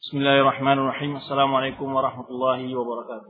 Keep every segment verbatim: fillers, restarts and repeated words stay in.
Bismillahirrahmanirrahim. Assalamualaikum warahmatullahi wabarakatuh.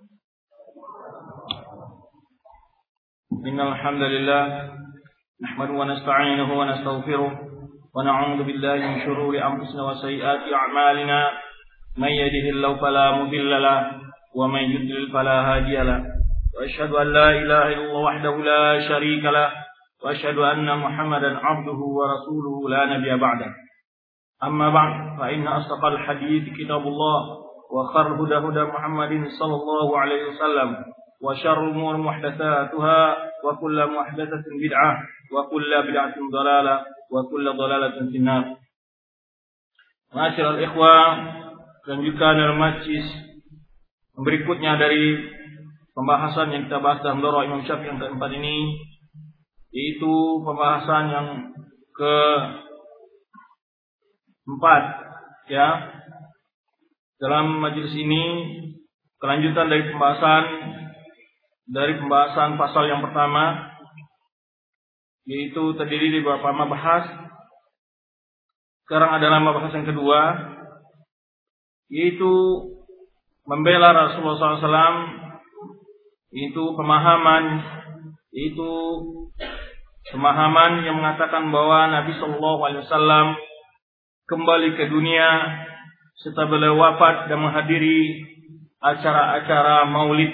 Innal hamdalillah nahmaduhu wa nasta'inuhu wa nastaghfiruh wa na'udzu billahi min shururi anfusina wa sayyiati a'malina. May yahdihillahu fala mudilla lahu wa may yudlil fala hadiya lahu. Wa asyhadu an la ilaha illallah wahdahu la syarika lahu wa asyhadu anna Muhammadan 'abduhu wa rasuluhu la nabiyya ba'dahu. أما بعد فإن أصدق الحديث كتاب الله وخير الهدى هدى محمد صلى الله عليه وسلم وشر الأمور محدثاتها وكل محدثة بدعة وكل بدعة ضلالة وكل ضلالة في النار. Ma'asyiral ikhwah, lanjutkan dalam majlis berikutnya dari pembahasan yang kita bahas dalam Dora Imam Syafi'i yang keempat ini, yaitu pembahasan yang ke Empat, ya. Dalam majelis ini kelanjutan dari pembahasan dari pembahasan pasal yang pertama, yaitu terdiri dari beberapa mabahas. Sekarang adalah mabahas yang kedua, yaitu membela Rasulullah shallallahu alaihi wasallam, yaitu pemahaman, yaitu pemahaman yang mengatakan bahwa Nabi shallallahu alaihi wasallam kembali ke dunia setelah beliau wafat dan menghadiri acara-acara maulid.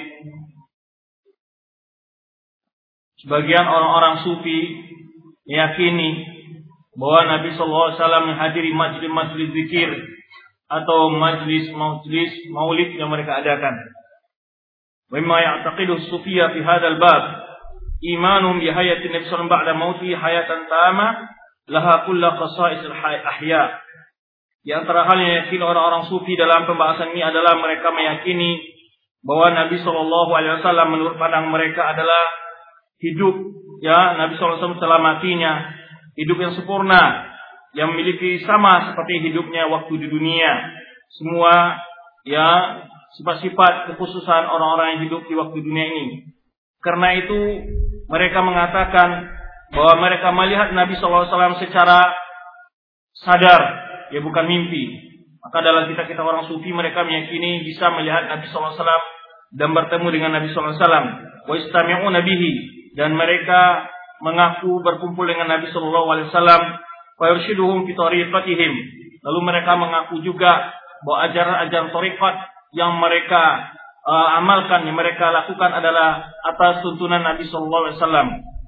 Sebagian orang-orang sufi meyakini bahwa Nabi shallallahu alaihi wasallam menghadiri majlis-majlis zikir atau majlis-majlis maulid yang mereka adakan. Wa mimma ya'taqidu as-sufiyya fi hadzal bab imanum bi hayati Nabi sallallahu alaihi wasallam ba'da mauti hayatan tamah laha kullu khasa'is al-ahya. Di antara hal yang diyakini orang-orang sufi dalam pembahasan ini adalah mereka meyakini bahwa Nabi shallallahu alaihi wasallam menurut pandang mereka adalah hidup, ya, Nabi shallallahu alaihi wasallam setelah matinya hidup yang sempurna, yang memiliki sama seperti hidupnya waktu di dunia. Semua, ya, sifat-sifat kekhususan orang-orang yang hidup di waktu dunia ini. Karena itu mereka mengatakan bahwa mereka melihat Nabi shallallahu alaihi wasallam secara sadar, ya, bukan mimpi. Maka dalam kita-kita orang sufi mereka meyakini bisa melihat Nabi shallallahu alaihi wasallam dan bertemu dengan Nabi shallallahu alaihi wasallam. Wa istami'una bihi, dan mereka mengaku berkumpul dengan Nabi shallallahu alaihi wasallam. Wa yurshiduhum fi tariqatihim, lalu mereka mengaku juga bahwa ajaran-ajaran tariqat yang mereka uh, amalkan, yang mereka lakukan adalah atas tuntunan Nabi shallallahu alaihi wasallam.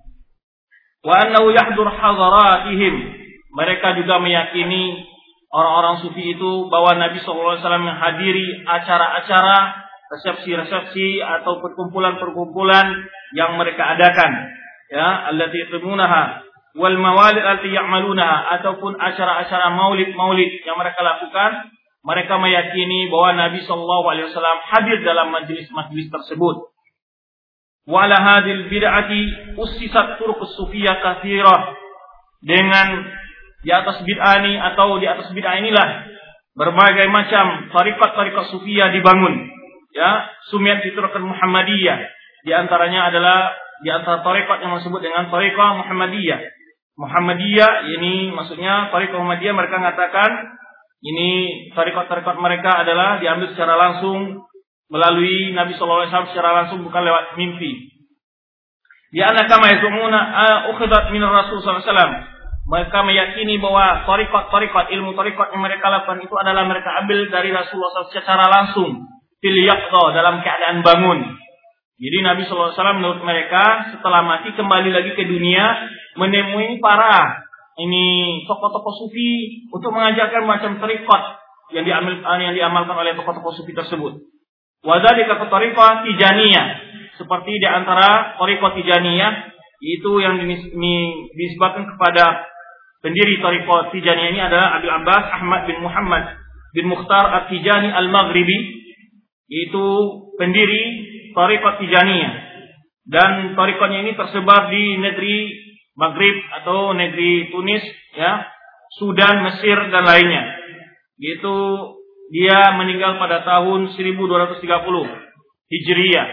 Wa annahu yahdur hadaratihim, mereka juga meyakini orang-orang sufi itu bahwa Nabi shallallahu alaihi wasallam menghadiri acara-acara, resepsi-resepsi atau perkumpulan-perkumpulan yang mereka adakan, ya, allati yaqumunaha wal mawalid allati ya'malunaha, ataupun acara-acara maulid-maulid yang mereka lakukan. Mereka meyakini bahwa Nabi shallallahu alaihi wasallam hadir dalam majlis-majlis tersebut. Wa ala hadhil bid'ati ussisat turuqus sufiyyah katsirah. Dengan di atas bid'ah ini atau di atas bid'ah inilah berbagai macam tariqat-tariqat sufiyah dibangun, ya, sumiyat fi turuq Muhammadiyah. Di antaranya adalah di antara tariqat yang disebut dengan tariqah Muhammadiyah. Muhammadiyah ini maksudnya tariqah Muhammadiyah, mereka mengatakan ini tariqat-tariqat mereka adalah diambil secara langsung melalui Nabi sallallahu alaihi wasallam secara langsung, bukan lewat mimpi. Di anna kama yazumuna ukhidat min Rasul sallallahu alaihi wasallam, mereka meyakini bahwa tariqat-tariqat, ilmu tariqat yang mereka lakukan itu adalah mereka ambil dari Rasulullah shallallahu alaihi wasallam secara langsung, fil yaqdha, dalam keadaan bangun. Jadi Nabi sallallahu alaihi wasallam menurut mereka setelah mati kembali lagi ke dunia, menemui para ini tokoh-tokoh sufi untuk mengajarkan macam tariqat yang diambil yang diamalkan oleh tokoh-tokoh sufi tersebut. Wadzalika fi tariqah Tijaniyah, seperti di antara tariqah Tijaniyah itu yang dinisbatkan kepada pendiri tariqah Tijaniyah ini adalah Abu Abbas Ahmad bin Muhammad bin Mukhtar At-Tijani Al-Maghribi, yaitu pendiri tariqah Tijaniyah. Dan tariqahnya ini tersebar di negeri Maghrib atau negeri Tunis, ya, Sudan, Mesir dan lainnya. Yaitu dia meninggal pada tahun seribu dua ratus tiga puluh Hijriyah.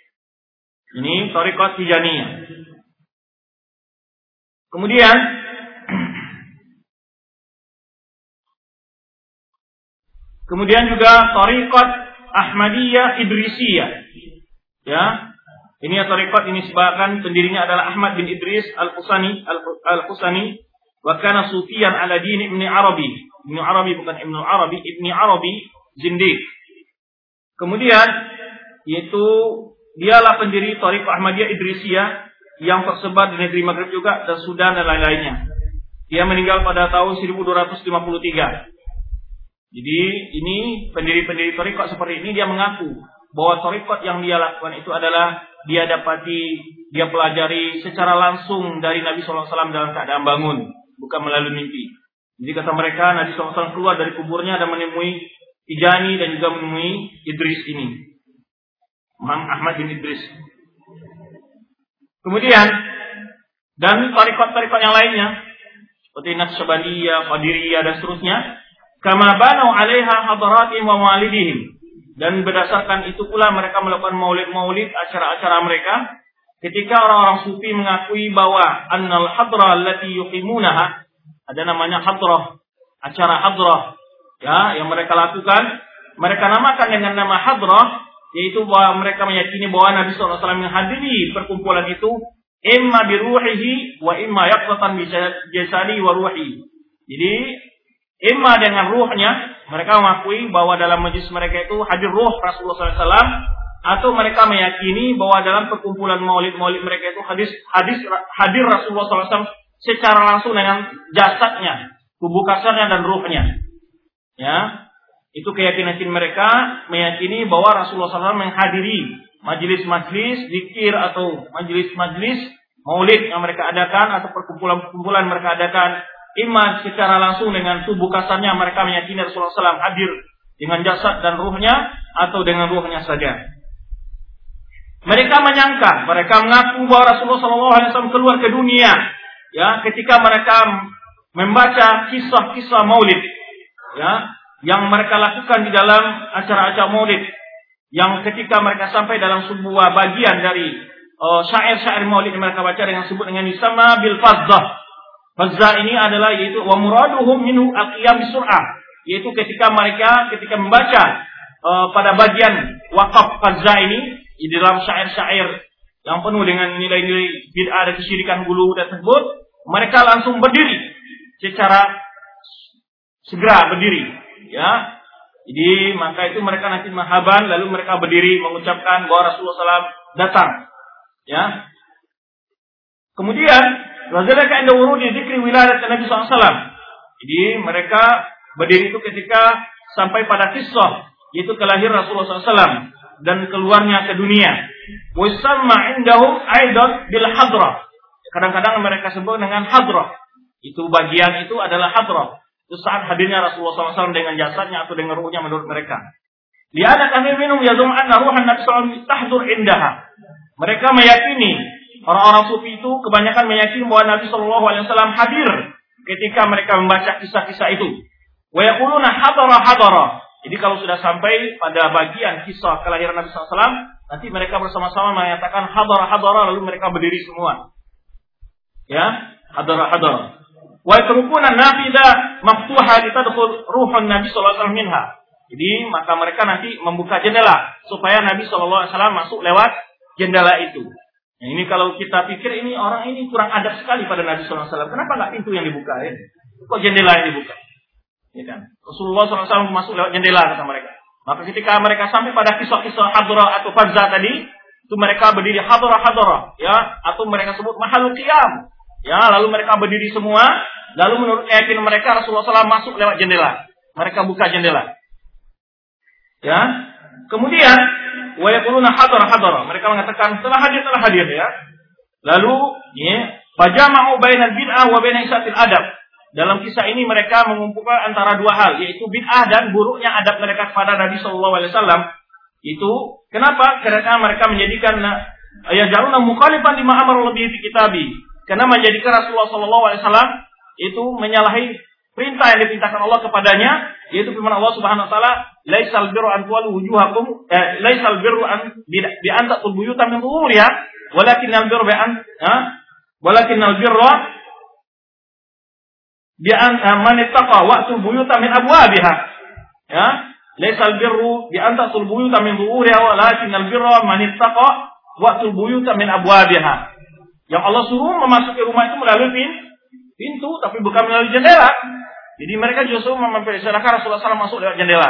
Ini tariqah Tijaniyah. Kemudian Kemudian juga Thariqat Ahmadiyah Idrisiyah. Ya. Ini ya thariqat ini sebabkan pendirinya adalah Ahmad bin Idris Al-Qusani Al-Qusani wa kana sufiyan ala din Ibnu Arabi. Ibnu Arabi bukan Ibnu Arabi, Ibnu Arabi Zindiq. Kemudian yaitu dialah pendiri thariqah Ahmadiyah Idrisiyah yang tersebar di negeri Maghrib juga dan Sudan dan lain-lainnya. Dia meninggal pada tahun seribu dua ratus lima puluh tiga. Jadi ini pendiri-pendiri thariqah seperti ini dia mengaku bahwa thariqat yang dia lakukan itu adalah dia dapati, dia pelajari secara langsung dari Nabi shallallahu alaihi wasallam dalam keadaan bangun, bukan melalui mimpi. Jadi kata mereka Nabi shallallahu alaihi wasallam keluar dari kuburnya dan menemui Tijani dan juga menemui Idris ini, Muhammad Ahmad bin Idris. Kemudian dan thariqat-thariqat yang lainnya seperti Naqsyabandiyah, Qadiriyah dan seterusnya, kama banau 'alaiha hadaratihim wa mawalidihim. Dan berdasarkan itu pula mereka melakukan maulid-maulid, acara-acara mereka. Ketika orang-orang sufi mengakui bahwa annal hadrah allati yuqimunaha, ada namanya hadrah, acara hadrah, ya, yang mereka lakukan, mereka namakan dengan nama hadrah, yaitu bahwa mereka meyakini bahwa Nabi shallallahu alaihi wasallam menghadiri perkumpulan itu, imma biruhihi wa imma yaqtatan bi jasadi wa ruhi. Jadi imma dengan ruhnya, mereka mengakui bahwa dalam majlis mereka itu hadir ruh Rasulullah shallallahu alaihi wasallam, atau mereka meyakini bahwa dalam perkumpulan maulid-maulid mereka itu hadis hadis hadir Rasulullah shallallahu alaihi wasallam secara langsung dengan jasadnya, tubuh kasarnya dan ruhnya. Ya, itu keyakinan mereka meyakini bahwa Rasulullah shallallahu alaihi wasallam menghadiri majlis-majlis zikir atau majlis-majlis maulid yang mereka adakan atau perkumpulan-perkumpulan mereka adakan. Iman secara langsung dengan tubuh kasarnya mereka meyakini Rasulullah shallallahu alaihi wasallam hadir dengan jasad dan ruhnya atau dengan ruhnya saja. Mereka menyangka, mereka mengaku bahwa Rasulullah shallallahu alaihi wasallam keluar ke dunia, ya, ketika mereka membaca kisah-kisah maulid, ya, yang mereka lakukan di dalam acara-acara maulid, yang ketika mereka sampai dalam sebuah bagian dari uh, syair-syair maulid yang mereka baca dengan sebut dengan isama bil fadzah. Fadzah ini adalah yaitu wa muraduhum minhu al-qiyam bisur'ah, yaitu ketika mereka ketika membaca uh, pada bagian waqaf fadzah ini di dalam syair-syair yang penuh dengan nilai-nilai bid'ah dan kesyirikan hulu tersebut, mereka langsung berdiri secara segera berdiri, ya. Jadi maka itu mereka nanti mahaban, lalu mereka berdiri mengucapkan bahwa Rasulullah shallallahu alaihi wasallam datang, ya. Kemudian wazalika inda wurudi dzikri wiladat Nabi shallallahu alaihi wasallam. Jadi mereka berdiri itu ketika sampai pada kisah yaitu kelahiran Rasulullah shallallahu alaihi wasallam dan keluarnya ke dunia. Wa yusamma indahum aidan bil hadrah. Kadang-kadang mereka sebut dengan hadrah. Itu bagian itu adalah hadrah. Itu saat hadirnya Rasulullah shallallahu alaihi wasallam dengan jasadnya atau dengan ruhnya menurut mereka. Li'anna kami minum yazum anna ruhan Nabi sallallahu alaihi wasallam tahdur indaha. Mereka meyakini, orang-orang sufi itu kebanyakan meyakini bahwa Nabi shallallahu alaihi wasallam hadir ketika mereka membaca kisah-kisah itu. Wa yaquluna hadara hadara. Jadi kalau sudah sampai pada bagian kisah kelahiran Nabi shallallahu alaihi wasallam, nanti mereka bersama-sama mengatakan hadara hadara, lalu mereka berdiri semua. Ya, hadara hadara. Wa yatrukuna nafida maftuha litadkhul ruhun Nabi sallallahu alaihi wasallam minha. Jadi maka mereka nanti membuka jendela supaya Nabi sallallahu alaihi wasallam masuk lewat jendela itu. Nah, ini kalau kita pikir ini orang ini kurang adab sekali pada Nabi sallallahu alaihi wasallam. Kenapa enggak pintu yang dibuka ya? Kok jendela yang dibuka? Ya kan? Rasulullah sallallahu alaihi wasallam masuk lewat jendela kata mereka. Maka ketika mereka sampai pada kisah-kisah hadrah atau fadzah tadi, itu mereka berdiri hadrah hadrah, ya, atau mereka sebut mahalul qiyam. Ya, lalu mereka berdiri semua, lalu menurut keyakinan mereka Rasulullah sallallahu alaihi wasallam masuk lewat jendela. Mereka buka jendela. Ya. Kemudian wa yaquluna hadara hadara. Mereka mengatakan telah hadir telah hadir ya. Lalu ya, fajama'u bainal bid'ah wa bain isatil adab. Dalam kisah ini mereka mengumpulkan antara dua hal, yaitu bid'ah dan buruknya adab mereka kepada Nabi sallallahu alaihi wasallam. Itu kenapa? Karena mereka menjadikan ya jaluna mukhalifan lima amara bihi fi kitabi. Karena menjadikan Rasulullah sallallahu alaihi wasallam itu menyalahi perintah yang diperintahkan Allah kepadanya, yaitu firman Allah Subhanahu wa taala, "Laisal birru an tuwallu wujuhakum, eh, laisal birru an bi an ta'tul buyuta min zuhuriha, walakinnal birru bi an, ha? Walakinnal birru bi an man ittaqa wa'tul buyuta min abwabiha." Ya, laisal birru bi an ta'tul buyuta min zuhuriha walakinnal birra man ittaqa wa'tul buyuta min abwabiha. Yang Allah suruh memasuki rumah itu melalui pintu, tapi bukan melalui jendela. Jadi mereka justru mempersilahkan Rasulullah shallallahu alaihi wasallam masuk lewat jendela.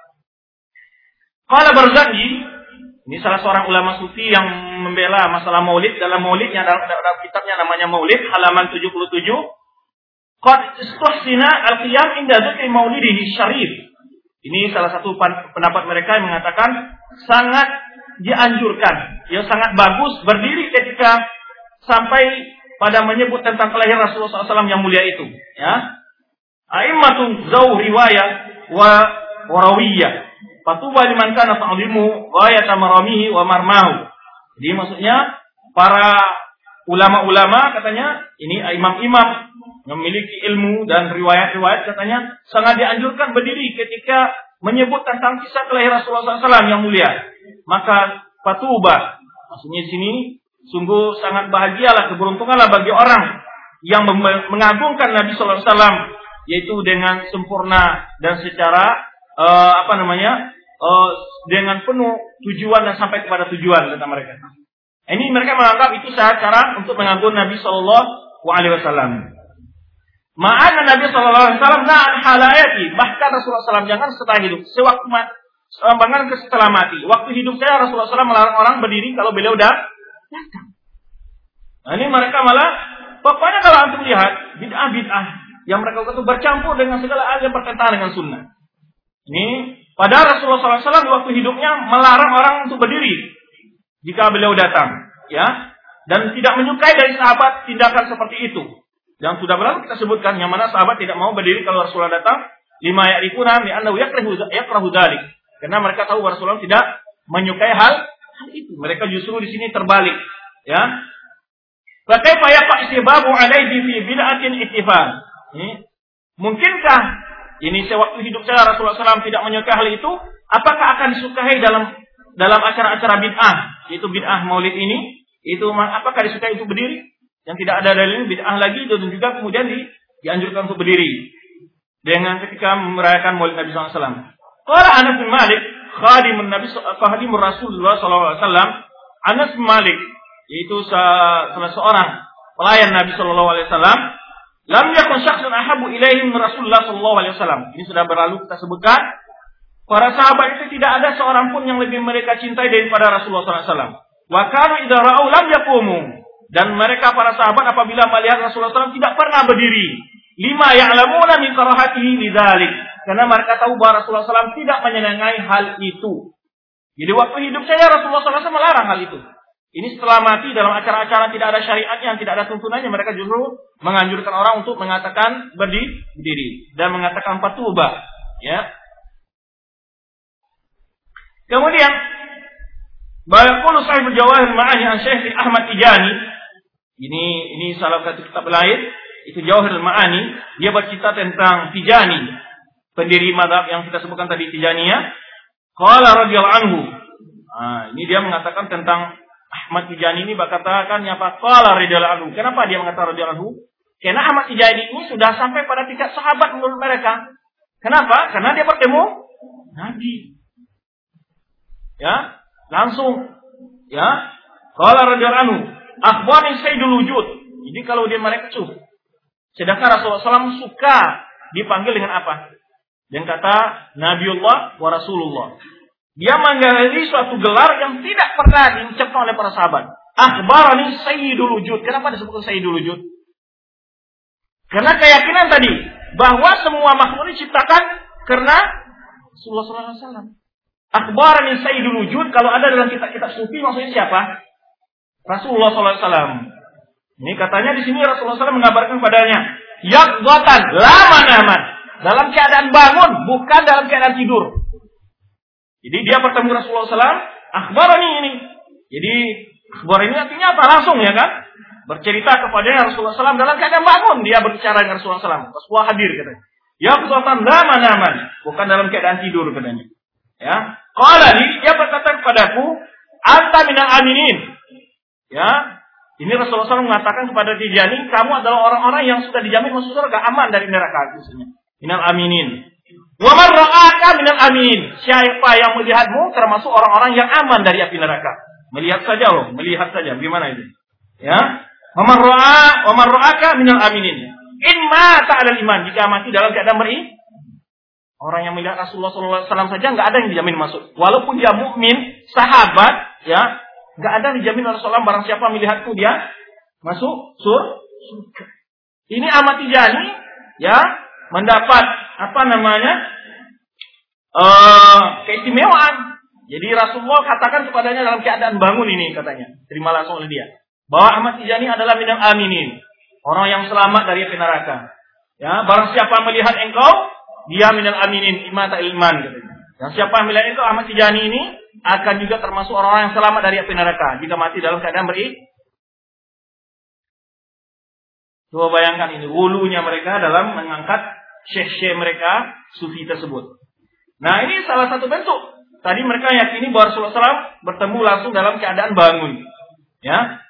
Qala Barzanji, ini salah seorang ulama sufi yang membela masalah maulid. Dalam maulidnya, dalam, dalam kitabnya namanya Maulid, halaman tujuh puluh tujuh. Qad istuhsina al-qiyam inda dzikri maulidihi syarif. Ini salah satu pendapat mereka yang mengatakan sangat dianjurkan, ya sangat bagus berdiri ketika sampai pada menyebut tentang kelahiran Rasulullah shallallahu alaihi wasallam yang mulia itu. Ya, a'immatun zaw riwayah wa warawiyah. Fatuba liman kana ta'limu ghayata maramihi wa marmahu. Jadi maksudnya para ulama-ulama katanya ini imam-imam memiliki ilmu dan riwayat-riwayat katanya sangat dianjurkan berdiri ketika menyebut tentang kisah kelahiran Rasulullah shallallahu alaihi wasallam yang mulia. Maka fatuba, maksudnya sini sungguh sangat bahagialah, keberuntunganlah bagi orang yang mengagungkan Nabi shallallahu alaihi wasallam, yaitu dengan sempurna dan secara uh, apa namanya uh, dengan penuh tujuan dan sampai kepada tujuan kata mereka. Ini mereka menganggap itu cara untuk mengagungkan Nabi shallallahu alaihi wasallam. Ma'ana Nabi shallallahu alaihi wasallam na'an halayati, bahkan Rasulullah shallallahu alaihi wasallam jangan setelah hidup, sewaktu bahkan setelah mati. Waktu hidup saya Rasulullah shallallahu alaihi wasallam melarang orang berdiri kalau beliau udah datang. Nah, ini mereka malah pokoknya kalau antum lihat bid'ah-bid'ah yang mereka itu bercampur dengan segala hal yang bertentangan dengan sunnah. Ini padahal Rasulullah shallallahu alaihi wasallam di waktu hidupnya melarang orang untuk berdiri jika beliau datang, ya, dan tidak menyukai dari sahabat tindakan seperti itu. Yang sudah berlalu kita sebutkan yang mana sahabat tidak mau berdiri kalau Rasulullah datang, lima ya'rifuna li annahu yakrahu yakrahu dzalik. Karena mereka tahu Rasulullah tidak menyukai hal hal itu. Mereka justru di sini terbalik, ya. Fa kaifa yaqa istibabu alaihi fi bid'atin ittifaq. Ini mungkinkah ini sewaktu hidup saya Rasulullah shallallahu alaihi wasallam tidak menyukai hal itu, apakah akan disukai dalam dalam acara-acara bid'ah, yaitu bid'ah maulid ini, itu apakah disukai untuk berdiri? Yang tidak ada dalil bid'ah lagi, dan juga kemudian di, dianjurkan untuk berdiri dengan ketika merayakan maulid Nabi shallallahu alaihi wasallam. Qala Anas bin Malik, khadimun Nabi khadimur Rasulullah sallallahu alaihi wasallam. Anas bin Malik, yaitu salah seorang pelayan Nabi sallallahu alaihi wasallam, lam yakun syakhsun ahabbu ilaihim Rasulullah sallallahu alaihi wasallam. Ini sudah berlalu kita sebutkan. Para sahabat itu tidak ada seorang pun yang lebih mereka cintai daripada Rasulullah sallallahu alaihi wasallam. Wa kanu idza ra'au lam yaqumu. Dan mereka para sahabat apabila melihat Rasulullah sallallahu alaihi wasallam tidak pernah berdiri. Lima ya'lamuna min karahatihi lidzalik. Karena mereka tahu bahwa Rasulullah sallallahu alaihi wasallam tidak menyenangai hal itu. Jadi waktu hidup saya Rasulullah sallallahu alaihi wasallam melarang hal itu. Ini setelah mati dalam acara-acara tidak ada syariatnya, tidak ada tuntunannya, mereka justru menganjurkan orang untuk mengatakan berdiri dan mengatakan fatubah, ya. Kemudian Bayaqulu Sahibul Jawahir Ma'ani an Syekh Ahmad Tijani. Ini ini salah satu kitab lain, itu Jawahir Ma'ani, dia bercerita tentang Tijani, pendiri mazhab yang kita sebutkan tadi Tijaniyah. Qala radhiyallahu anhu. Nah, ini dia mengatakan tentang Ahmad Tijani ini berkatakan apa? Qala radhiyallahu anhu. Kenapa dia mengatakan radhiyallahu anhu? Karena Ahmad Tijani ini sudah sampai pada tingkat sahabat menurut mereka. Kenapa? Karena dia bertemu Nabi. Ya, langsung. Ya. Qala radhiyallahu anhu, akhbarani sayyidul wujud. Jadi kalau dia mereka cuh. Sedangkan Rasulullah shallallahu alaihi wasallam suka dipanggil dengan apa? Dan kata Nabiullah wa Rasulullah. Dia menggali suatu gelar yang tidak pernah diucapkan oleh para sahabat. Akhbarani sayyidul wujud. Kenapa disebut sayyidul wujud? Karena keyakinan tadi bahwa semua makhluk diciptakan karena Rasulullah shallallahu alaihi wasallam. Akhbarani sayyidul wujud, kalau ada dalam kitab-kitab sufi maksudnya siapa? Rasulullah shallallahu alaihi wasallam. Ini katanya di sini Rasulullah shallallahu alaihi wasallam mengabarkan padanya, yaqdatan la manaman, dalam keadaan bangun, bukan dalam keadaan tidur. Jadi dia bertemu Rasulullah shallallahu alaihi wasallam, akhbarani ini. Jadi akhbar ini artinya apa? Langsung ya kan? Bercerita kepadanya Rasulullah shallallahu alaihi wasallam dalam keadaan bangun, dia berbicara dengan Rasulullah shallallahu alaihi wasallam. Rasulullah hadir katanya. Yaqdatan la manaman, bukan dalam keadaan tidur katanya. Ya, qala li, dia berkata kepadaku, anta minal aminin. Ya, ini Rasulullah shallallahu alaihi wasallam mengatakan kepada Tijani, kamu adalah orang-orang yang sudah dijamin masuk surga, aman dari neraka, maksudnya. Minal aminin. Wa man ra'aka minal amin. Siapa yang melihatmu termasuk orang-orang yang aman dari api neraka. Melihat saja loh, melihat saja. Gimana itu? Ya. Wa man ra'a wa man ra'aka minal aminin. In mata 'alal iman, jika mati dalam keadaan beriman. Orang yang melihat Rasulullah sallallahu alaihi wasallam saja enggak ada yang dijamin masuk. Walaupun dia mukmin, sahabat, ya, enggak ada yang dijamin oleh Rasulullah barang siapa melihatku dia masuk surga. Ini Ahmad Tijani, ya, mendapat apa namanya uh, keistimewaan. Jadi Rasulullah katakan kepadanya dalam keadaan bangun ini katanya, terima langsung oleh dia, bahwa Ahmad Tijani adalah minal aminin, orang yang selamat dari api neraka. Ya, barang siapa melihat engkau, dia minal aminin imata ilman katanya. Dan siapa yang melihat engkau Ahmad Tijani ini akan juga termasuk orang-orang yang selamat dari api neraka jika mati dalam keadaan beriman. Coba bayangkan ini, wulunya mereka dalam mengangkat syekh-syekh mereka sufi tersebut. Nah, ini salah satu bentuk. Tadi mereka yakini bahwa Rasulullah shallallahu alaihi wasallam bertemu langsung dalam keadaan bangun. Ya.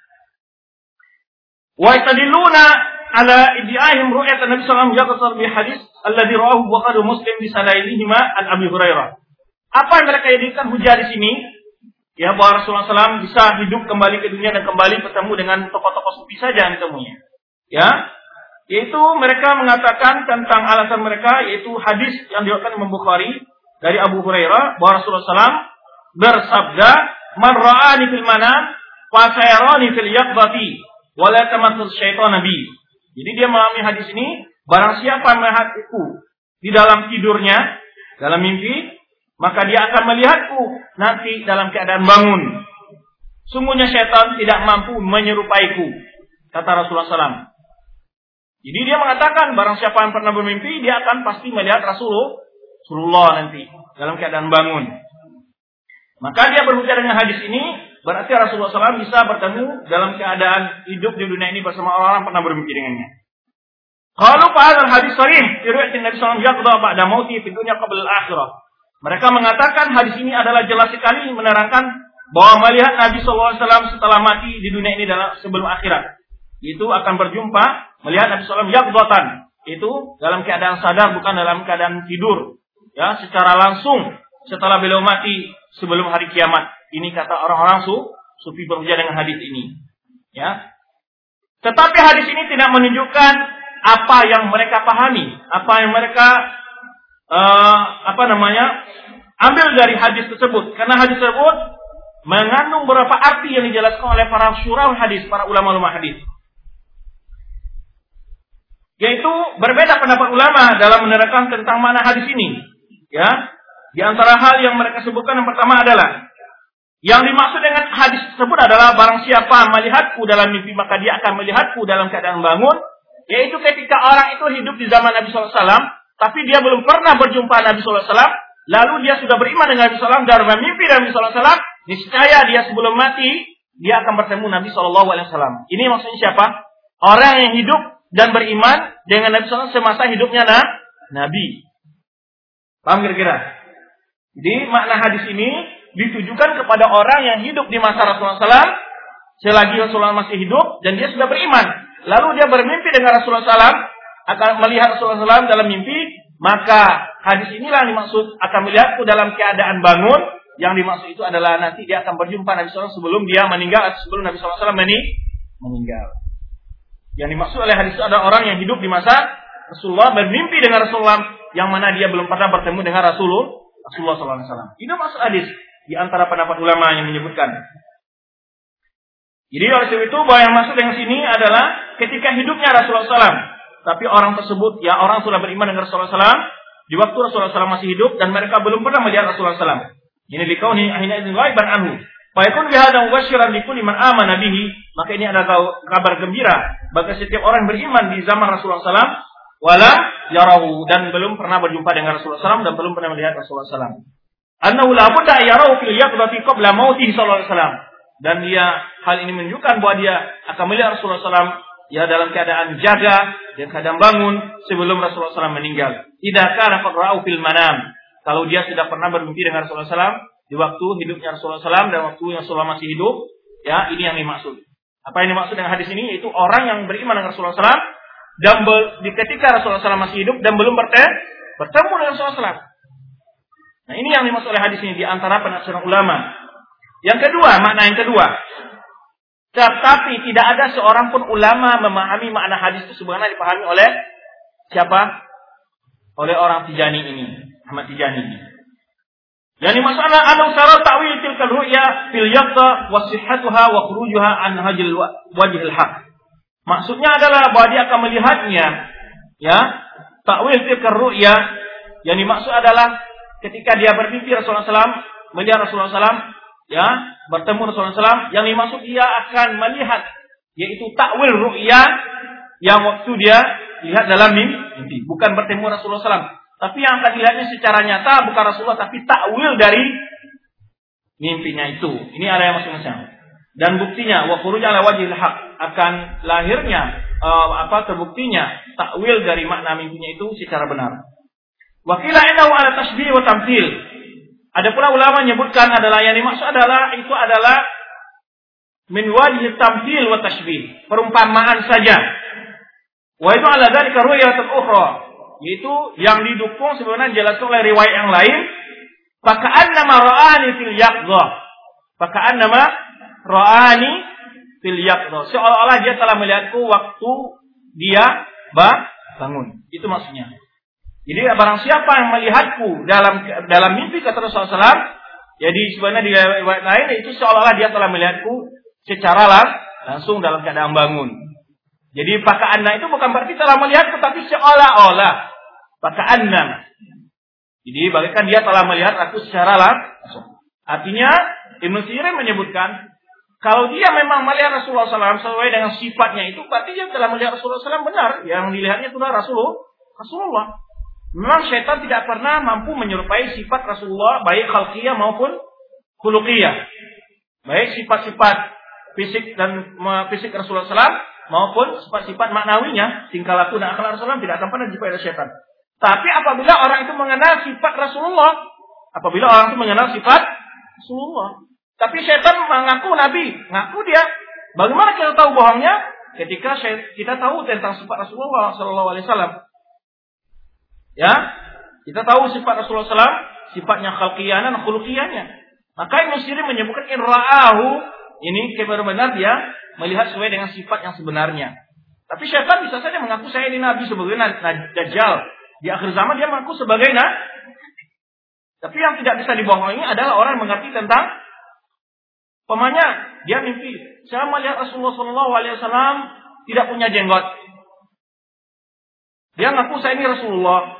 Wa yastadilluna ala iddi'ahim ru'yat Nabi sallallahu alaihi wasallam yaqtar bi hadis alladhi rawahu Bukhari Muslim bi sanadihima an Abi Hurairah. Apa yang mereka jadikan hujah di sini? Ya, bahwa Rasulullah shallallahu alaihi wasallam bisa hidup kembali ke dunia dan kembali bertemu dengan tokoh-tokoh sufi saja yang ditemuinya. Ya, yaitu mereka mengatakan tentang alasan mereka, yaitu hadis yang diriwayatkan Imam Bukhari dari Abu Hurairah bahwa Rasulullah shallallahu alaihi wasallam bersabda, "Man ra'ani fil manam fa sayarani fil yaqdati wa la tamassul syaitan nabi." Jadi dia memahami hadis ini, barang siapa melihatku di dalam tidurnya, dalam mimpi, maka dia akan melihatku nanti dalam keadaan bangun. Sungguhnya syaitan tidak mampu menyerupaiku, kata Rasulullah shallallahu alaihi wasallam. Jadi dia mengatakan barang siapa yang pernah bermimpi, dia akan pasti melihat Rasulullah nanti dalam keadaan bangun. Maka dia berhujjah dengan hadis ini, berarti Rasulullah shallallahu alaihi wasallam bisa bertemu dalam keadaan hidup di dunia ini bersama orang-orang yang pernah bermimpi dengannya. Kalau pada hadis sahih, riwayat Nabi sallallahu alaihi wasallam yaqda ba'da mauti fi dunya qabla al-akhirah. Mereka mengatakan hadis ini adalah jelas sekali menerangkan bahwa melihat Nabi sallallahu alaihi wasallam setelah mati di dunia ini dalam sebelum akhirat. Itu akan berjumpa melihat Nabi sallallahu alaihi wasallam yaqdatan. Itu dalam keadaan sadar, bukan dalam keadaan tidur. Ya, secara langsung setelah beliau mati sebelum hari kiamat. Ini kata orang-orang su, sufi berhujjah dengan hadis ini. Ya. Tetapi hadis ini tidak menunjukkan apa yang mereka pahami, apa yang mereka uh, apa namanya ambil dari hadis tersebut. Karena hadis tersebut mengandung beberapa arti yang dijelaskan oleh para syurah hadis, para ulama-ulama hadis. Yaitu berbeda pendapat ulama dalam menerangkan tentang makna hadis ini. Ya, di antara hal yang mereka sebutkan yang pertama adalah yang dimaksud dengan hadis tersebut adalah barang siapa melihatku dalam mimpi maka dia akan melihatku dalam keadaan bangun. Yaitu ketika orang itu hidup di zaman Nabi sallallahu alaihi wasallam, tapi dia belum pernah berjumpa Nabi sallallahu alaihi wasallam, lalu dia sudah beriman dengan Nabi sallallahu alaihi wasallam dan bermimpi dengan Nabi sallallahu alaihi wasallam, niscaya dia sebelum mati dia akan bertemu Nabi sallallahu alaihi wasallam. Ini maksudnya siapa? Orang yang hidup dan beriman dengan Nabi sallallahu alaihi wasallam semasa hidupnya nah, Nabi. Paham kira-kira? Jadi makna hadis ini ditujukan kepada orang yang hidup di masa Rasulullah sallallahu alaihi wasallam selagi Rasulullah masih hidup dan dia sudah beriman. Lalu dia bermimpi dengan Rasulullah sallallahu alaihi wasallam, akan melihat Rasulullah sallallahu alaihi wasallam dalam mimpi, maka hadis inilah yang dimaksud akan melihatku dalam keadaan bangun. Yang dimaksud itu adalah nanti dia akan berjumpa Nabi sallallahu alaihi wasallam sebelum dia meninggal atau sebelum Nabi sallallahu alaihi wasallam meninggal. Yang dimaksud oleh hadis itu adalah orang yang hidup di masa Rasulullah bermimpi dengan Rasulullah yang mana dia belum pernah bertemu dengan Rasulullah Rasulullah sallallahu alaihi wasallam. Itu maksud hadis di antara pendapat ulama yang menyebutkan. Jadi oleh sebab itu bahwa yang masuk dengan sini adalah ketika hidupnya Rasulullah sallallahu alaihi wasallam, tapi orang tersebut ya orang sudah beriman dengan Rasulullah sallallahu alaihi wasallam di waktu Rasulullah sallallahu alaihi wasallam masih hidup dan mereka belum pernah melihat Rasulullah sallallahu alaihi wasallam. Ini dikauni ahina idzin ghaiban anhu. Fa yakun bihadza mubasyiran likulli man amana bihi. Maka ini adalah kabar gembira bagi setiap orang yang beriman di zaman Rasulullah sallallahu alaihi wasallam wala yarahu dan belum pernah berjumpa dengan Rasulullah sallallahu alaihi wasallam dan belum pernah melihat Rasulullah sallallahu alaihi wasallam. Annahu la budda yarahu fil yaqdati qabla mautihi sallallahu alaihi wasallam. Dan dia hal ini menunjukkan bahwa dia akan melihat Rasulullah sallallahu alaihi wasallam ya dalam keadaan jaga dan keadaan bangun sebelum Rasulullah sallallahu alaihi wasallam meninggal. Tidak kana qad ra'u fil manam. Kalau dia sudah pernah bermimpi dengan Rasulullah sallallahu alaihi wasallam di waktu hidupnya Rasulullah sallallahu alaihi wasallam dan waktu Rasulullah masih hidup, ya ini yang dimaksud. Apa yang dimaksud dengan hadis ini? Yaitu orang yang beriman dengan Rasulullah sallallahu alaihi wasallam dan di ketika Rasulullah sallallahu alaihi wasallam masih hidup dan belum bertemu dengan Rasulullah shallallahu alaihi wasallam. Nah, ini yang dimaksud oleh hadis ini di antara penafsiran ulama. Yang kedua, makna yang kedua. Tetapi tidak ada seorang pun ulama memahami makna hadis itu sebagaimana dipahami oleh siapa? Oleh orang Tijani ini, Ahmad Tijani ini. Yang dimaksud adalah anau syarat ta'wil tilkal ru'ya fil yaqta wa sihhatuha wa khurujuha an hajil wajhil haq. Maksudnya adalah bahwa dia akan melihatnya, ya, ta'wil tilkal ru'ya yang dimaksud adalah ketika dia bermimpi Rasulullah shallallahu alaihi wasallam, melihat Rasulullah shallallahu alaihi wasallam, ya, bertemu Rasulullah shallallahu alaihi wasallam, yang dimaksud dia akan melihat, yaitu ta'wil ru'ya yang waktu dia lihat dalam mimpi, bukan bertemu Rasulullah shallallahu alaihi wasallam. Tapi yang akan dilihatnya secara nyata bukan Rasulullah, tapi ta'wil dari mimpinya itu. Ini ada yang masing-masing. Dan buktinya wa khuruj ala wajhil haq, akan lahirnya uh, apa terbuktinya ta'wil dari makna mimpinya itu secara benar. Wa qila innahu ala tashbih wa tamthil. Ada pula ulama menyebutkan adalah yang dimaksud adalah itu adalah min wajhi tamthil wa tashbih, perumpamaan saja. Wa itu ala dzalika ru'yatun ukhra, yaitu yang didukung sebenarnya dijelaskan oleh riwayat yang lain. Faka'annama ra'ani fil yaqdha. Faka'annama ra'ani fil yaqdha. Seolah-olah dia telah melihatku waktu dia bangun. Itu maksudnya. Jadi barang siapa yang melihatku dalam dalam mimpi kata Rasulullah shallallahu alaihi wasallam, jadi sebenarnya di riwayat lain itu seolah-olah dia telah melihatku secara langsung dalam keadaan bangun. Jadi paka'anna itu bukan berarti telah melihat, tetapi seolah-olah. Paka'anna. Jadi bagaikan dia telah melihat aku secara langsung. Artinya Ibnu Sirin menyebutkan kalau dia memang melihat Rasulullah shallallahu alaihi wasallam sesuai dengan sifatnya itu, berarti dia telah melihat Rasulullah shallallahu alaihi wasallam benar. Yang dilihatnya itu adalah Rasulullah. Rasulullah. Memang syaitan tidak pernah mampu menyerupai sifat Rasulullah, baik khalqiyah maupun khuluqiyah. Baik sifat-sifat fisik dan fisik Rasulullah shallallahu alaihi wasallam maupun sifat-sifat maknawinya, tingkah laku dan akhlak Rasulullah tidak akan pernah dijumpai oleh syaitan. Tapi apabila orang itu mengenal sifat Rasulullah, apabila orang itu mengenal sifat Rasulullah, tapi syaitan mengaku nabi, ngaku dia. Bagaimana kita tahu bohongnya? Ketika kita tahu tentang sifat Rasulullah Sallallahu Alaihi Wasallam, ya, kita tahu sifat Rasulullah Sallallahu Alaihi Wasallam, sifatnya khalqiyah dan khuluqiyahnya. Maka Ibnu Sirin menyebutkan inra'ahu, ini benar-benar dia melihat sesuai dengan sifat yang sebenarnya. Tapi syaitan bisa saja mengaku saya ini nabi sebagai dajjal. Di akhir zaman dia mengaku sebagai nabi. Tapi yang tidak bisa dibohongi adalah orang yang mengerti tentang pemanya. Dia mimpi, saya melihat Rasulullah Sallallahu Alaihi Wasallam tidak punya jenggot. Dia mengaku saya ini Rasulullah.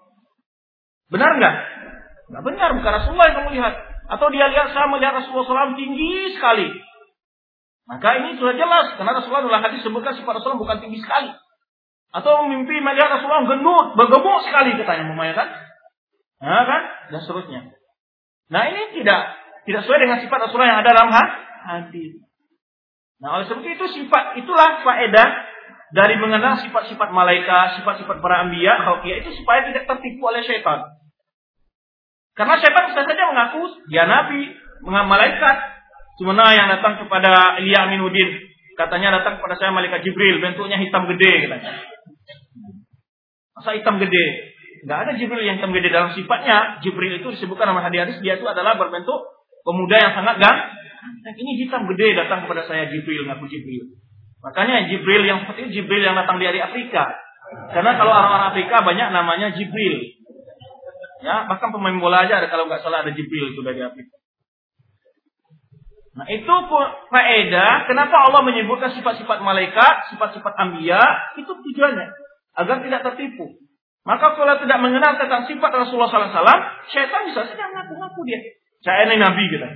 Benar nggak? Nggak benar, bukan Rasulullah yang kamu lihat. Atau dia lihat saya melihat Rasulullah Sallallahu Alaihi Wasallam tinggi sekali. Maka ini sudah jelas, karena Rasulullah dalam hadis sebutkan sifat Rasulullah bukan tinggi sekali. Atau mimpi melihat Rasulullah gendut, bergemuk sekali katanya, memang kan? Nah kan? Dan seterusnya. Nah ini tidak tidak sesuai dengan sifat Rasulullah yang ada dalam hati. Nah oleh sebab itu sifat itulah faedah dari mengenal sifat-sifat malaikat, sifat-sifat para anbiya, khalqiyah itu supaya tidak tertipu oleh syaitan. Karena syaitan bisa saja mengaku dia nabi, malaikat. Sebenarnya yang datang kepada Ilya Aminuddin, katanya datang kepada saya malaikat Jibril, bentuknya hitam gede katanya. Masa hitam gede? Tidak ada Jibril yang hitam gede dalam sifatnya. Jibril itu disebutkan nama hadis, dia itu adalah berbentuk pemuda yang sangat ganteng. Ini hitam gede datang kepada saya Jibril, ngaku Jibril. Makanya Jibril yang seperti itu Jibril yang datang dari Afrika. Karena kalau orang-orang Afrika banyak namanya Jibril. Ya, bahkan pemain bola aja ada kalau nggak salah ada Jibril itu dari Afrika. Nah itu faedah kenapa Allah menyebutkan sifat-sifat malaikat, sifat-sifat anbiya, itu tujuannya agar tidak tertipu. Maka kalau tidak mengenal tentang sifat Rasulullah Sallallahu Alaihi Wasallam, syaitan bisa saja ngaku-ngaku dia, saya ini nabi gitu,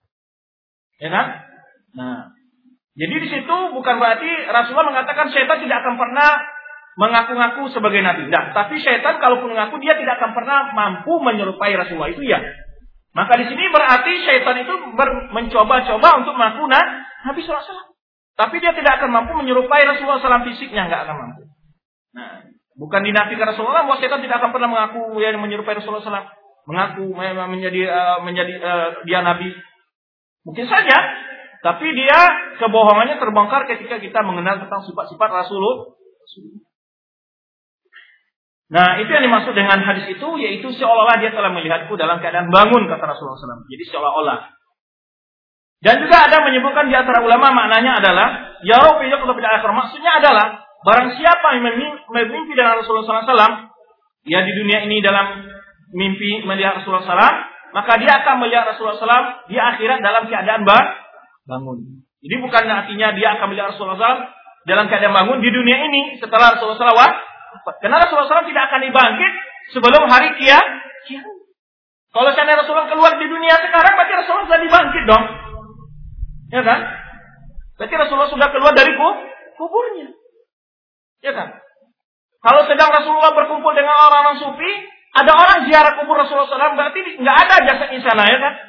ya kan? Nah, jadi di situ bukan berarti Rasulullah mengatakan syaitan tidak akan pernah mengaku-ngaku sebagai nabi. Nah, tapi syaitan kalaupun mengaku dia tidak akan pernah mampu menyerupai Rasulullah itu ya. Maka di sini berarti syaitan itu ber, mencoba-coba untuk mengaku Nabi Sallallahu Alaihi Wasallam. Tapi dia tidak akan mampu menyerupai Rasulullah Sallallahu Alaihi Wasallam fisiknya, nggak akan mampu. Nah, bukan dinafikan Rasulullah bahwa syaitan tidak akan pernah mengaku yang menyerupai Rasulullah Sallallahu Alaihi Wasallam, mengaku menjadi uh, menjadi uh, dia Nabi. Mungkin saja, tapi dia kebohongannya terbongkar ketika kita mengenal tentang sifat-sifat Rasulullah. Nah, itu yang dimaksud dengan hadis itu, yaitu seolah-olah dia telah melihatku dalam keadaan bangun, kata Rasulullah shallallahu alaihi wasallam. Jadi seolah-olah. Dan juga ada menyebutkan di antara ulama maknanya adalah ya fi yaqdha bil akhir. Maksudnya adalah barang siapa yang bermimpi dengan Rasulullah shallallahu alaihi wasallam, ya di dunia ini dalam mimpi melihat Rasulullah shallallahu alaihi wasallam, maka dia akan melihat Rasulullah shallallahu alaihi wasallam di akhirat dalam keadaan bangun. Jadi bukan artinya dia akan melihat Rasulullah shallallahu alaihi wasallam dalam keadaan bangun di dunia ini setelah Rasulullah shallallahu alaihi wasallam. Karena Rasulullah shallallahu alaihi wasallam tidak akan dibangkit sebelum hari kiamat. Kalau seandainya Rasulullah keluar di dunia sekarang, berarti Rasulullah sudah dibangkit dong. Ya kan? Berarti Rasulullah sudah keluar dari kuburnya. Ya kan? Kalau sedang Rasulullah berkumpul dengan orang-orang sufi, ada orang ziarah kubur Rasulullah shallallahu alaihi wasallam, berarti nggak ada jasadnya sana, ya kan?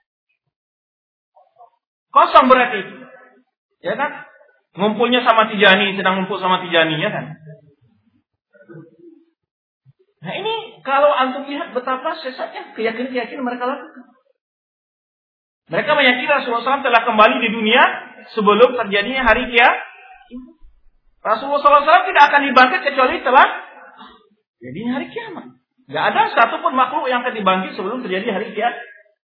Kosong berarti. Ya kan? Ngumpulnya sama Tijani, sedang ngumpul sama Tijani, ya kan? Nah ini kalau antum lihat betapa sesatnya keyakinan-keyakinan mereka lakukan. Mereka meyakini Rasulullah shallallahu alaihi wasallam telah kembali di dunia sebelum terjadinya hari kiamat. Rasulullah shallallahu alaihi wasallam tidak akan dibangkit kecuali telah jadi hari kiamat. Gak ada satupun makhluk yang akan dibangkit sebelum terjadi hari kiamat.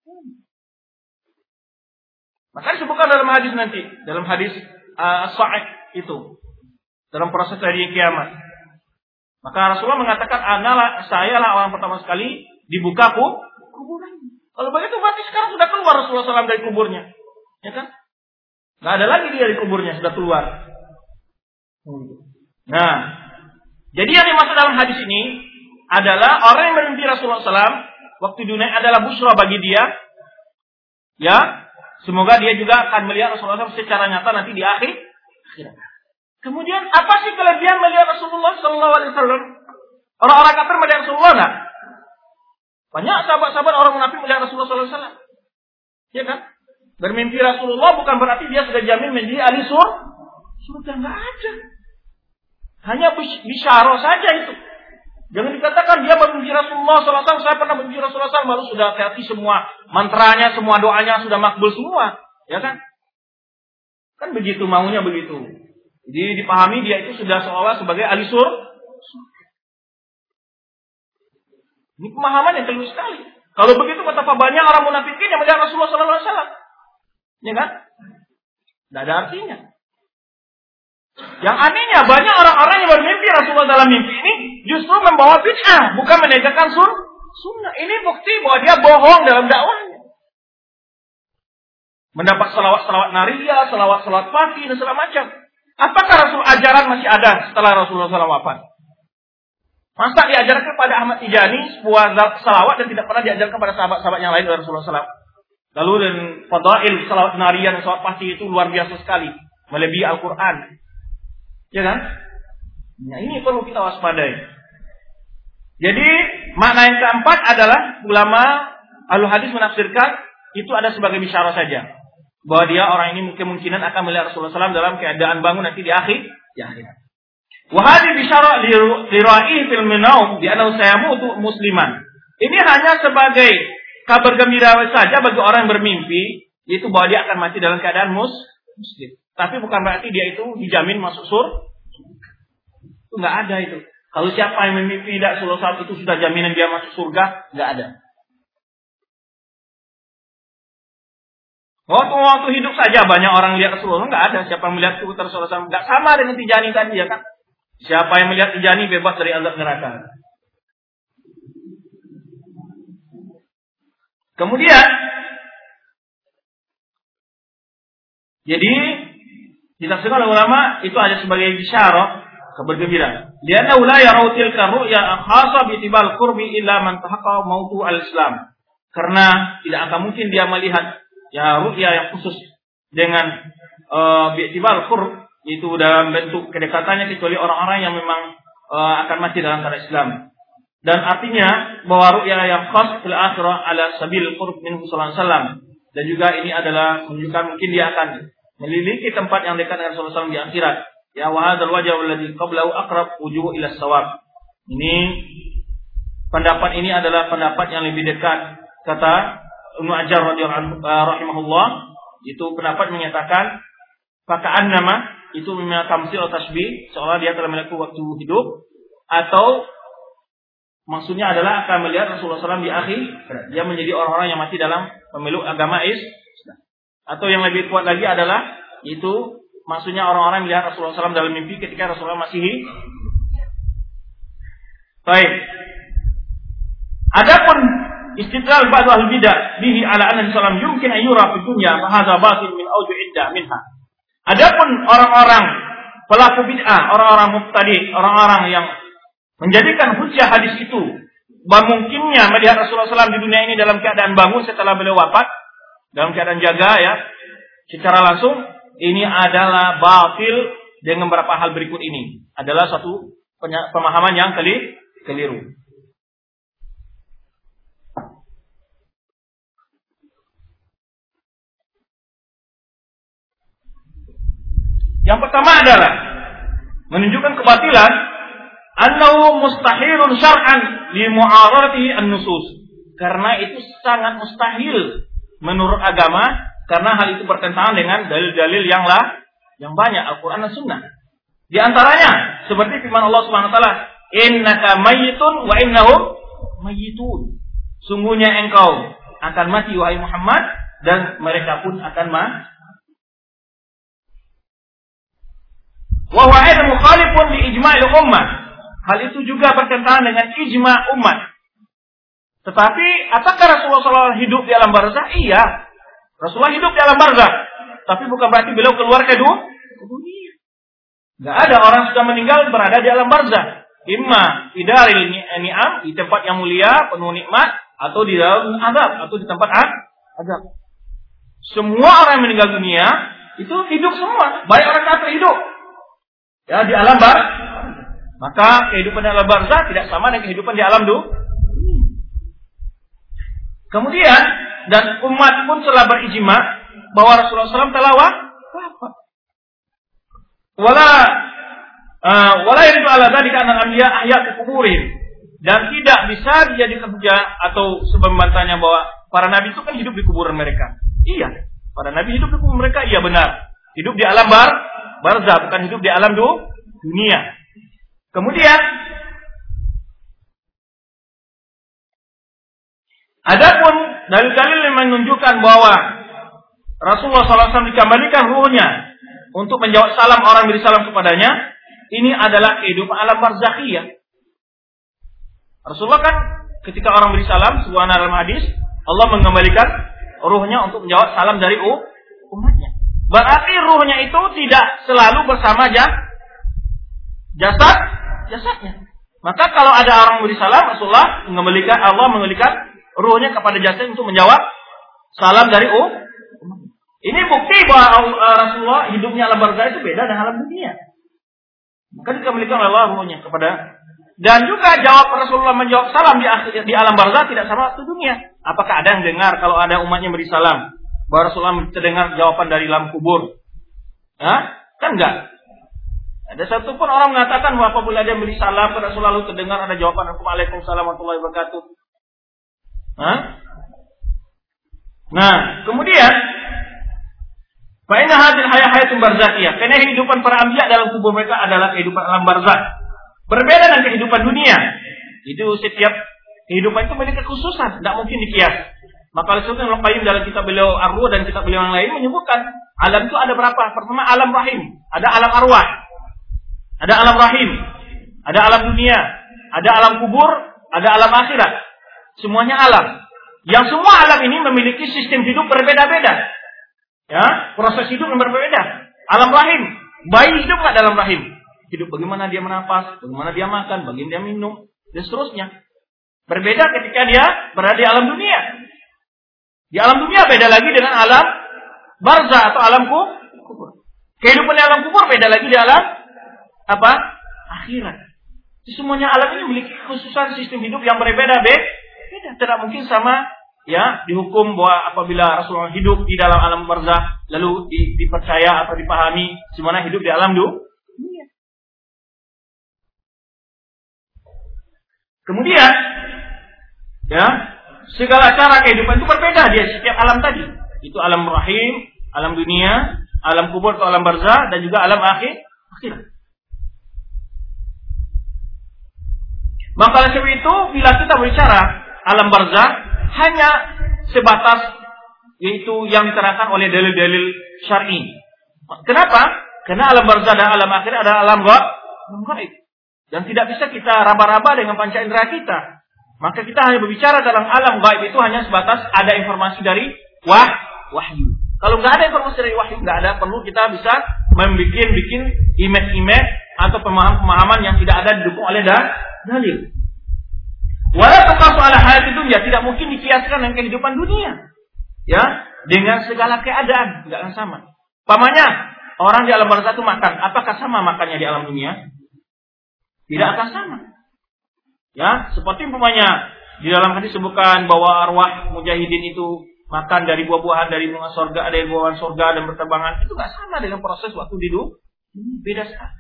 Maka disebutkan dalam hadis nanti, dalam hadis uh, Sa'id itu, dalam proses dari kiamat. Maka Rasulullah mengatakan, analah, saya lah orang pertama sekali dibuka kuburan. Kalau begitu berarti sekarang sudah keluar Rasulullah shallallahu alaihi wasallam dari kuburnya, ya kan? Gak ada lagi dia dari kuburnya, sudah keluar. Nah, jadi yang dimaksud dalam hadis ini adalah orang yang bermimpi Rasulullah shallallahu alaihi wasallam waktu dunia adalah busra bagi dia. Ya, semoga dia juga akan melihat Rasulullah shallallahu alaihi wasallam secara nyata nanti di akhir akhirat. Kemudian apa sih kelebihan melihat Rasulullah shallallahu alaihi wasallam? Orang-orang kafir melihat Rasulullah enggak? Banyak sahabat-sahabat orang munafik melihat Rasulullah shallallahu alaihi wasallam. Ya kan? Bermimpi Rasulullah bukan berarti dia sudah jamin menjadi ahli surga. Surga enggak ada. Hanya bisyarah saja itu. Jangan dikatakan dia bermimpi Rasulullah shallallahu alaihi wasallam, saya pernah bermimpi Rasulullah shallallahu alaihi wasallam, baru sudah hati semua mantranya, semua doanya sudah makbul semua. Ya kan? Kan begitu, maunya begitu. Jadi dipahami dia itu sudah seolah sebagai ahli surga. Ini pemahaman yang keliru sekali. Kalau begitu betapa banyak orang munafikin yang melihat Rasulullah shallallahu alaihi wasallam. Ya kan? Tidak ada artinya. Yang anehnya banyak orang-orang yang bermimpi Rasulullah dalam mimpi ini justru membawa bid'ah, bukan menegakkan sun sunnah. Ini bukti bahwa dia bohong dalam dakwahnya. Mendapat salawat-salawat nariyah, salawat-salawat fatih dan segala macam. Apakah Rasul ajaran masih ada setelah Rasulullah shallallahu alaihi wasallam wafat? Masa diajarkan kepada Ahmad Tijani sebuah salawat dan tidak pernah diajarkan kepada sahabat-sahabat yang lain dari Rasulullah shallallahu alaihi wasallam? Lalu dan fadail salawat nariyah dan salawat fatih itu luar biasa sekali, melebihi Al-Quran. Ya kan? Nah ini perlu kita waspadai. Jadi makna yang keempat adalah ulama ahlu hadis menafsirkan itu ada sebagai bisyarah saja. Bahwa dia orang ini kemungkinan akan melihat Rasulullah shallallahu alaihi wasallam dalam keadaan bangun nanti di akhir. Di akhirat. Wahadi bisyarah liraih fil minaum di anau sayamutu musliman. Ini hanya sebagai kabar gembira saja bagi orang yang bermimpi, yaitu bahwa dia akan mati dalam keadaan mus muslim. Tapi bukan berarti dia itu dijamin masuk surga. Itu nggak ada itu. Kalau siapa yang memimpi tidak Rasulullah shallallahu alaihi wasallam itu sudah jaminan dia masuk surga, nggak ada. Waktu waktu hidup saja banyak orang lihat Rasulullah, nggak ada. Siapa yang melihat Rasulullah shallallahu alaihi wasallam nggak sama dengan Tijani tadi ya kan? Siapa yang melihat Tijani bebas dari azab neraka. Kemudian, jadi ditafsirkan oleh ulama itu ada sebagai bisyarah, kabar gembira. Lianna la yarau tilka ru'ya khassa bi tibal qurbi illa man tahaqqa mautu al-islam. Karena tidak akan mungkin dia melihat ya ru'ya yang khusus dengan uh, bi tibal qurb itu dalam bentuk kedekatannya kecuali orang-orang yang memang uh, akan mati dalam keadaan Islam. Dan artinya bahwa ru'ya yang khas fil akhirah ala sabil qurb minhu sallallahu alaihi wasallam. Dan juga ini adalah menunjukkan mungkin dia akan memiliki tempat yang dekat dengan Rasulullah shallallahu alaihi wasallam di akhirat. Ya wa hadzal wajh alladhi qablahu aqrab wujuh ila shawab. Ini pendapat ini adalah pendapat yang lebih dekat kata Ibnu Hajar radhiyallahu anhu rahimahullah, itu pendapat menyatakan faka'an nama itu memang tamsil atau tasbih seolah dia telah melakukan waktu hidup atau maksudnya adalah akan melihat Rasulullah shallallahu alaihi wasallam di akhir, dia menjadi orang-orang yang mati dalam memeluk agama Islam. Atau yang lebih kuat lagi adalah itu maksudnya orang-orang melihat Rasulullah shallallahu alaihi wasallam dalam mimpi ketika Rasulullah masih hidup. Baik. Adapun istidlal ba'd ahli bidah bihi ala anna sallam yumkin an yura fi dunya fa hadza batil min awju iddah minha. Adapun orang-orang pelaku bid'ah, orang-orang mubtadi, orang-orang yang menjadikan hujjah hadis itu bahwa mungkinnya melihat Rasulullah shallallahu alaihi wasallam di dunia ini dalam keadaan bangun setelah beliau wafat, dalam keadaan jaga ya, secara langsung, ini adalah batil dengan beberapa hal berikut ini. Adalah satu pemahaman yang keliru. Yang pertama adalah menunjukkan kebatilan annahu mustahilun syar'an li mu'aradatihi an-nusus. Karena itu sangat mustahil menurut agama karena hal itu bertentangan dengan dalil-dalil yang lah yang banyak Al-Qur'an dan Sunnah. Di antaranya seperti firman Allah Subhanahu wa taala, "Innaka mayyitun wa innahum mayyitun." Sungguhnya engkau akan mati wahai Muhammad dan mereka pun akan mati. Wa huwa aidan mukhalifun li ijma'il ummah. Hal itu juga bertentangan dengan ijma' umat. Tetapi apakah Rasulullah shallallahu alaihi wasallam hidup di alam barzah? Iya. Rasulullah hidup di alam barzah. Tapi bukan berarti beliau keluar ke dunia. Enggak ada orang sudah meninggal berada di alam barzah. Imma fi daril ni'am, di tempat yang mulia penuh nikmat, atau di dalam azab, atau di tempat azab. Semua orang yang meninggal dunia itu hidup semua, baik orang kafir hidup. Ya, di alam barzah. Maka kehidupan di alam barzah tidak sama dengan kehidupan di alam dunia. Kemudian dan umat pun telah berijma bahwa Rasulullah shallallahu alaihi wasallam telah wafat. Wala uh, wala yadu ala dzalika anna al-anbiya ahya fi quburihim. Dan tidak bisa dijadikan hujah atau sebab membantahnya bahwa para nabi itu kan hidup di kuburan mereka. Iya, para nabi hidup di kuburan mereka, iya benar. Hidup di alam bar barzah, bukan hidup di alam du, dunia. Kemudian adapun dalil-dalil yang menunjukkan bahwa Rasulullah shallallahu alaihi wasallam dikembalikan ruhnya untuk menjawab salam orang beri salam kepadanya, ini adalah kehidupan alam barzakhiyah. Rasulullah kan ketika orang beri salam, sebuah dalam hadis, Allah mengembalikan ruhnya untuk menjawab salam dari umatnya. Berarti ruhnya itu tidak selalu bersama jasad jasadnya. Maka kalau ada orang beri salam, Rasulullah mengembalikan, Allah mengembalikan ruhnya kepada jasad untuk menjawab salam dari umat. Ini bukti bahwa Rasulullah hidupnya alam barzah itu beda dengan alam dunia. Maka dikembalikan oleh Allah ruhnya kepada, dan juga jawab Rasulullah menjawab salam di akhir di alam barzah tidak sama waktu dunia. Apakah ada yang dengar kalau ada umatnya beri salam bahwa Rasulullah terdengar jawaban dari alam kubur? Hah? Kan enggak. Ada satu pun orang mengatakan bahwa apabila dia beri salam kepada Rasulullah lalu terdengar ada jawaban Waalaikumsalam warahmatullahi wabarakatuh. Hah? Nah, kemudian fa inna hadhil hayah hayatun barzakhiyah. Karena kehidupan para anbiya dalam kubur mereka adalah kehidupan alam barzakh. Berbeda dengan kehidupan dunia. Itu setiap kehidupan itu memiliki kekhususan, tidak mungkin dikias. Maka Rasulullah Ibnu Qayyim dalam kitab beliau Ar-Ruh dan kitab beliau yang lain menyebutkan alam itu ada berapa? Pertama alam rahim, ada alam arwah, ada alam rahim, ada alam dunia, ada alam kubur, ada alam akhirat. Semuanya alam. Yang semua alam ini memiliki sistem hidup berbeda-beda. Ya, proses hidup yang berbeda. Alam rahim, bayi hidup nggak dalam rahim? Hidup bagaimana dia menafas, bagaimana dia makan, bagaimana dia minum, dan seterusnya. Berbeda ketika dia berada di alam dunia. Di alam dunia beda lagi dengan alam barzah atau alam kubur. Kehidupan di alam kubur beda lagi di alam apa? Akhirat. Semuanya alam ini memiliki kekhususan sistem hidup yang berbeda, beda. Tidak mungkin sama. Ya, dihukum bahwa apabila Rasulullah hidup di dalam alam barzah lalu di, dipercaya atau dipahami semuanya hidup di alam dunia. Kemudian, ya, segala cara kehidupan itu berbeda di setiap alam tadi. Itu alam rahim, alam dunia, alam kubur atau alam barzah, dan juga alam akhir. akhirat. Maka oleh sebab itu, bila kita berbicara alam barzakh, hanya sebatas yaitu yang diterangkan oleh dalil-dalil syar'i. Kenapa? Karena alam barzakh dan alam akhir adalah alam gaib. Dan tidak bisa kita raba-raba dengan panca indera kita. Maka kita hanya berbicara dalam alam gaib itu hanya sebatas ada informasi dari wah, wahyu. Kalau nggak ada informasi dari wahyu, nggak ada perlu kita bisa membuat bikin image-image atau pemahaman-pemahaman yang tidak ada didukung oleh dalil. Walau tuqasu ala hayati dunia, tidak mungkin dikiaskan dengan kehidupan dunia. Ya, dengan segala keadaan nggak akan sama. Pamannya orang di alam barzakh itu makan, apakah sama makannya di alam dunia? Tidak akan sama. Ya, seperti umpamanya di dalam hadis disebutkan bahwa arwah mujahidin itu makan dari buah-buahan dari bunga surga, ada yang buah-buahan surga dan berterbangan. Itu nggak sama dengan proses waktu hidup. Beda sekali.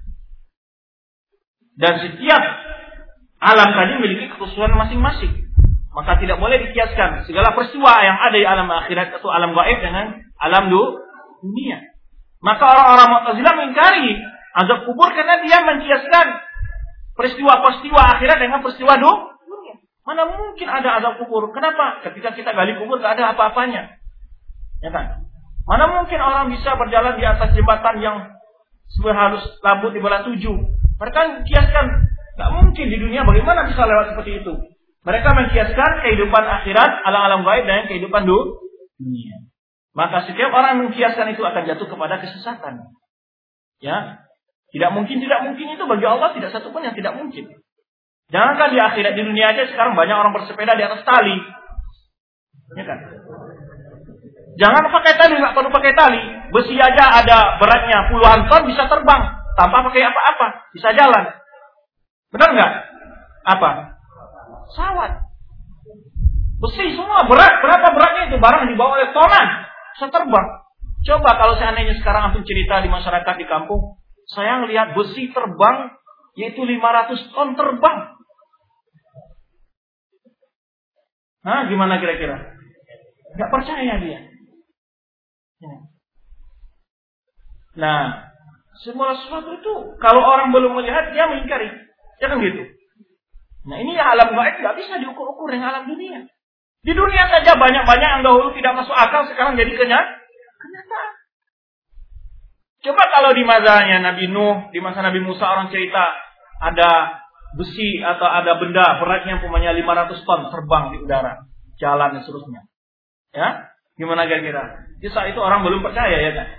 Dan setiap alam tadi memiliki kekhususan masing-masing. Maka tidak boleh dikiaskan segala peristiwa yang ada di alam akhirat atau alam gaib dengan alam dunia. Maka orang-orang Mu'tazilah mengingkari azab kubur karena dia mengkiaskan peristiwa-peristiwa akhirat dengan peristiwa dunia. Mana mungkin ada azab kubur? Kenapa? Ketika kita gali kubur tidak ada apa-apanya. Ya kan? Mana mungkin orang bisa berjalan di atas jembatan yang harus rambut di belah tujuh? Mereka kiaskan, tidak mungkin di dunia bagaimana bisa lewat seperti itu. Mereka mengkiaskan kehidupan akhirat, alam-alam gaib dan kehidupan dunia. Maka setiap orang mengkiaskan itu akan jatuh kepada kesesatan. Ya, tidak mungkin, tidak mungkin itu bagi Allah tidak satu pun yang tidak mungkin. Jangankan di akhirat, di dunia aja sekarang banyak orang bersepeda di atas tali. Ya kan? Jangan pakai tali, nggak perlu pakai tali. Besi aja ada beratnya puluhan ton bisa terbang tanpa pakai apa-apa, bisa jalan. Benar nggak? Apa? Pesawat. Besi semua berat, berapa beratnya itu barang dibawa oleh tonan, bisa terbang. Coba kalau seandainya sekarang antum cerita di masyarakat di kampung, saya ngelihat besi terbang, yaitu lima ratus ton terbang. Nah, gimana kira-kira? Nggak percaya dia. Nah, semua sesuatu itu kalau orang belum melihat dia mengingkari, jangan gitu. Nah, ini alam gaib nggak bisa diukur-ukur dengan alam dunia. Di dunia saja banyak-banyak yang dahulu tidak masuk akal sekarang jadi kenyataan. Coba kalau di masanya Nabi Nuh, di masa Nabi Musa orang cerita ada besi atau ada benda beratnya umpamanya lima ratus ton terbang di udara, jalan dan seterusnya. Ya, gimana kira-kira? Di saat itu orang belum percaya, ya kan?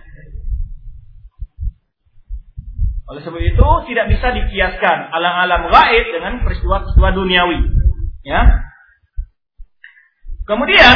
Oleh sebab itu tidak bisa dikiaskan alam-alam gaib dengan peristiwa-peristiwa duniawi. Ya. Kemudian,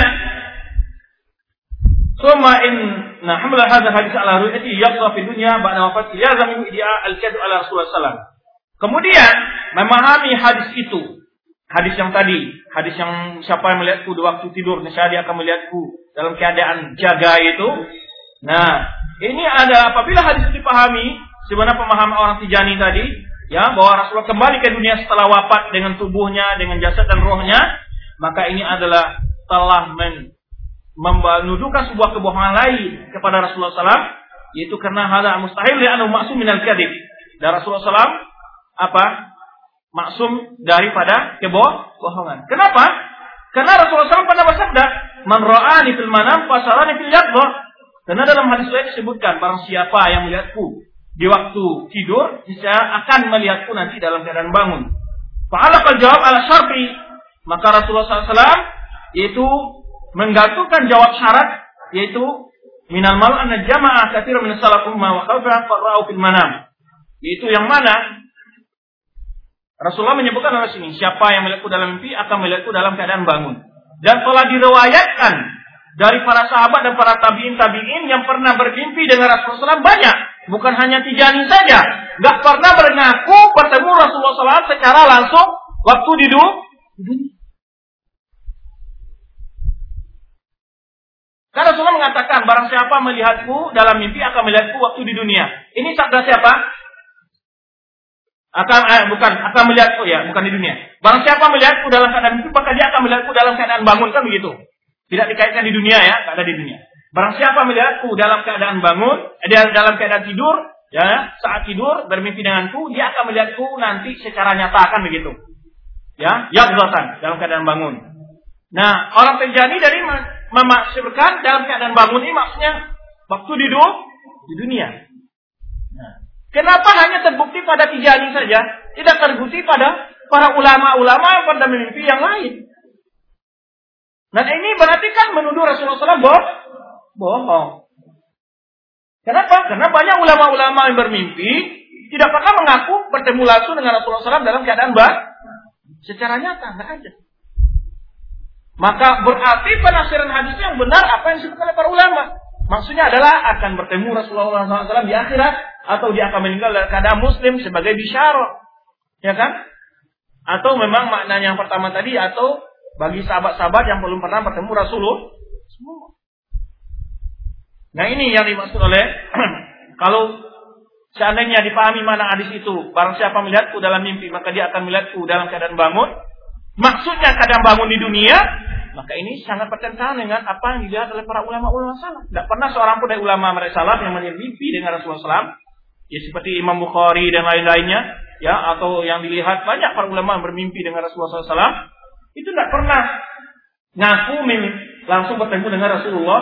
summa inna hamla hadha hadis ala ru'yati yaqsa fi dunya ba'da wafat yazam min id'a al-kadhib ala Rasulullah sallallahu alaihi wasallam. Kemudian memahami hadis itu, hadis yang tadi, hadis yang siapa yang melihatku di waktu tidur, niscaya dia akan melihatku dalam keadaan jaga itu. Nah, ini ada apabila hadis dipahami sebenarnya pemahaman orang Tijani tadi, ya, bahwa Rasulullah kembali ke dunia setelah wafat dengan tubuhnya, dengan jasad dan rohnya, maka ini adalah telah men, menuduhkan sebuah kebohongan lain kepada Rasulullah sallallahu alaihi wasallam, yaitu karena hada mustahil li'annahu maksum minal kadhib. Dan Rasulullah sallallahu alaihi wasallam apa? Maksum daripada kebohongan. Kenapa? Karena Rasulullah sallallahu alaihi wasallam pernah bersabda, "Man ra'ani fil manam fasarani fil yaqظah." Karena dalam hadis lain disebutkan, barang siapa yang melihatku di waktu tidur, saya akan melihatku nanti dalam keadaan bangun. Fa'alaqal jawab ala syarti. Maka Rasulullah sallallahu alaihi wasallam yaitu menggantungkan jawab syarat, yaitu minal mal anna jama'a katsira min salaf umma wa khalfa qara'u fil manam. Yaitu yang mana Rasulullah menyebutkan dalam sini, siapa yang melihatku dalam mimpi akan melihatku dalam keadaan bangun. Dan telah diriwayatkan dari para sahabat dan para tabi'in tabi'in yang pernah bermimpi dengan Rasulullah sallallahu alaihi wasallam banyak. Bukan hanya Tijani saja. Gak pernah mengaku bertemu Rasulullah sallallahu alaihi wasallam secara langsung waktu di dunia. Karena Rasulullah mengatakan, barang siapa melihatku dalam mimpi akan melihatku waktu di dunia. Ini sabda siapa? Akan eh, bukan akan melihatku ya, bukan di dunia. Barang siapa melihatku dalam keadaan mimpi, maka dia akan melihatku dalam keadaan bangun, kan begitu? Tidak dikaitkan di dunia ya, tidak ada di dunia. Barang siapa melihatku dalam keadaan bangun, dia dalam keadaan tidur, ya, saat tidur bermimpi denganku, dia akan melihatku nanti secara nyata, kan begitu. Ya, yaqzatan, dalam keadaan bangun. Nah, orang Tijani dari memaksudkan dalam keadaan bangun ini maksudnya waktu di, di dunia. Nah, kenapa hanya terbukti pada Tijani saja, tidak terbukti pada para ulama-ulama yang pada mimpi yang lain? Nah, ini berarti kan menuduh Rasulullah shallallahu alaihi wasallam bohong. Kenapa? Karena banyak ulama-ulama yang bermimpi tidak pernah mengaku bertemu langsung dengan Rasulullah shallallahu alaihi wasallam dalam keadaan bah secara nyata, nggak ada. Maka berarti penafsiran hadis yang benar apa yang disebutkan oleh para ulama. Maksudnya adalah akan bertemu Rasulullah shallallahu alaihi wasallam di akhirat, atau dia akan meninggal dalam keadaan muslim sebagai bisyarah, ya kan? Atau memang maknanya yang pertama tadi, atau bagi sahabat-sahabat yang belum pernah bertemu Rasulullah. Nah, ini yang dimaksud oleh kalau seandainya dipahami mana hadis itu, barang siapa melihatku dalam mimpi maka dia akan melihatku dalam keadaan bangun. Maksudnya keadaan bangun di dunia, maka ini sangat bertentangan dengan apa yang dilihat oleh para ulama-ulama salaf. Tidak pernah seorang pun dari ulama mereka salaf yang mimpi dengan Rasulullah shallallahu alaihi wasallam, ya seperti Imam Bukhari dan lain-lainnya, ya, atau yang dilihat banyak para ulama yang bermimpi dengan Rasulullah shallallahu alaihi wasallam, itu tidak pernah ngaku langsung bertemu dengan Rasulullah.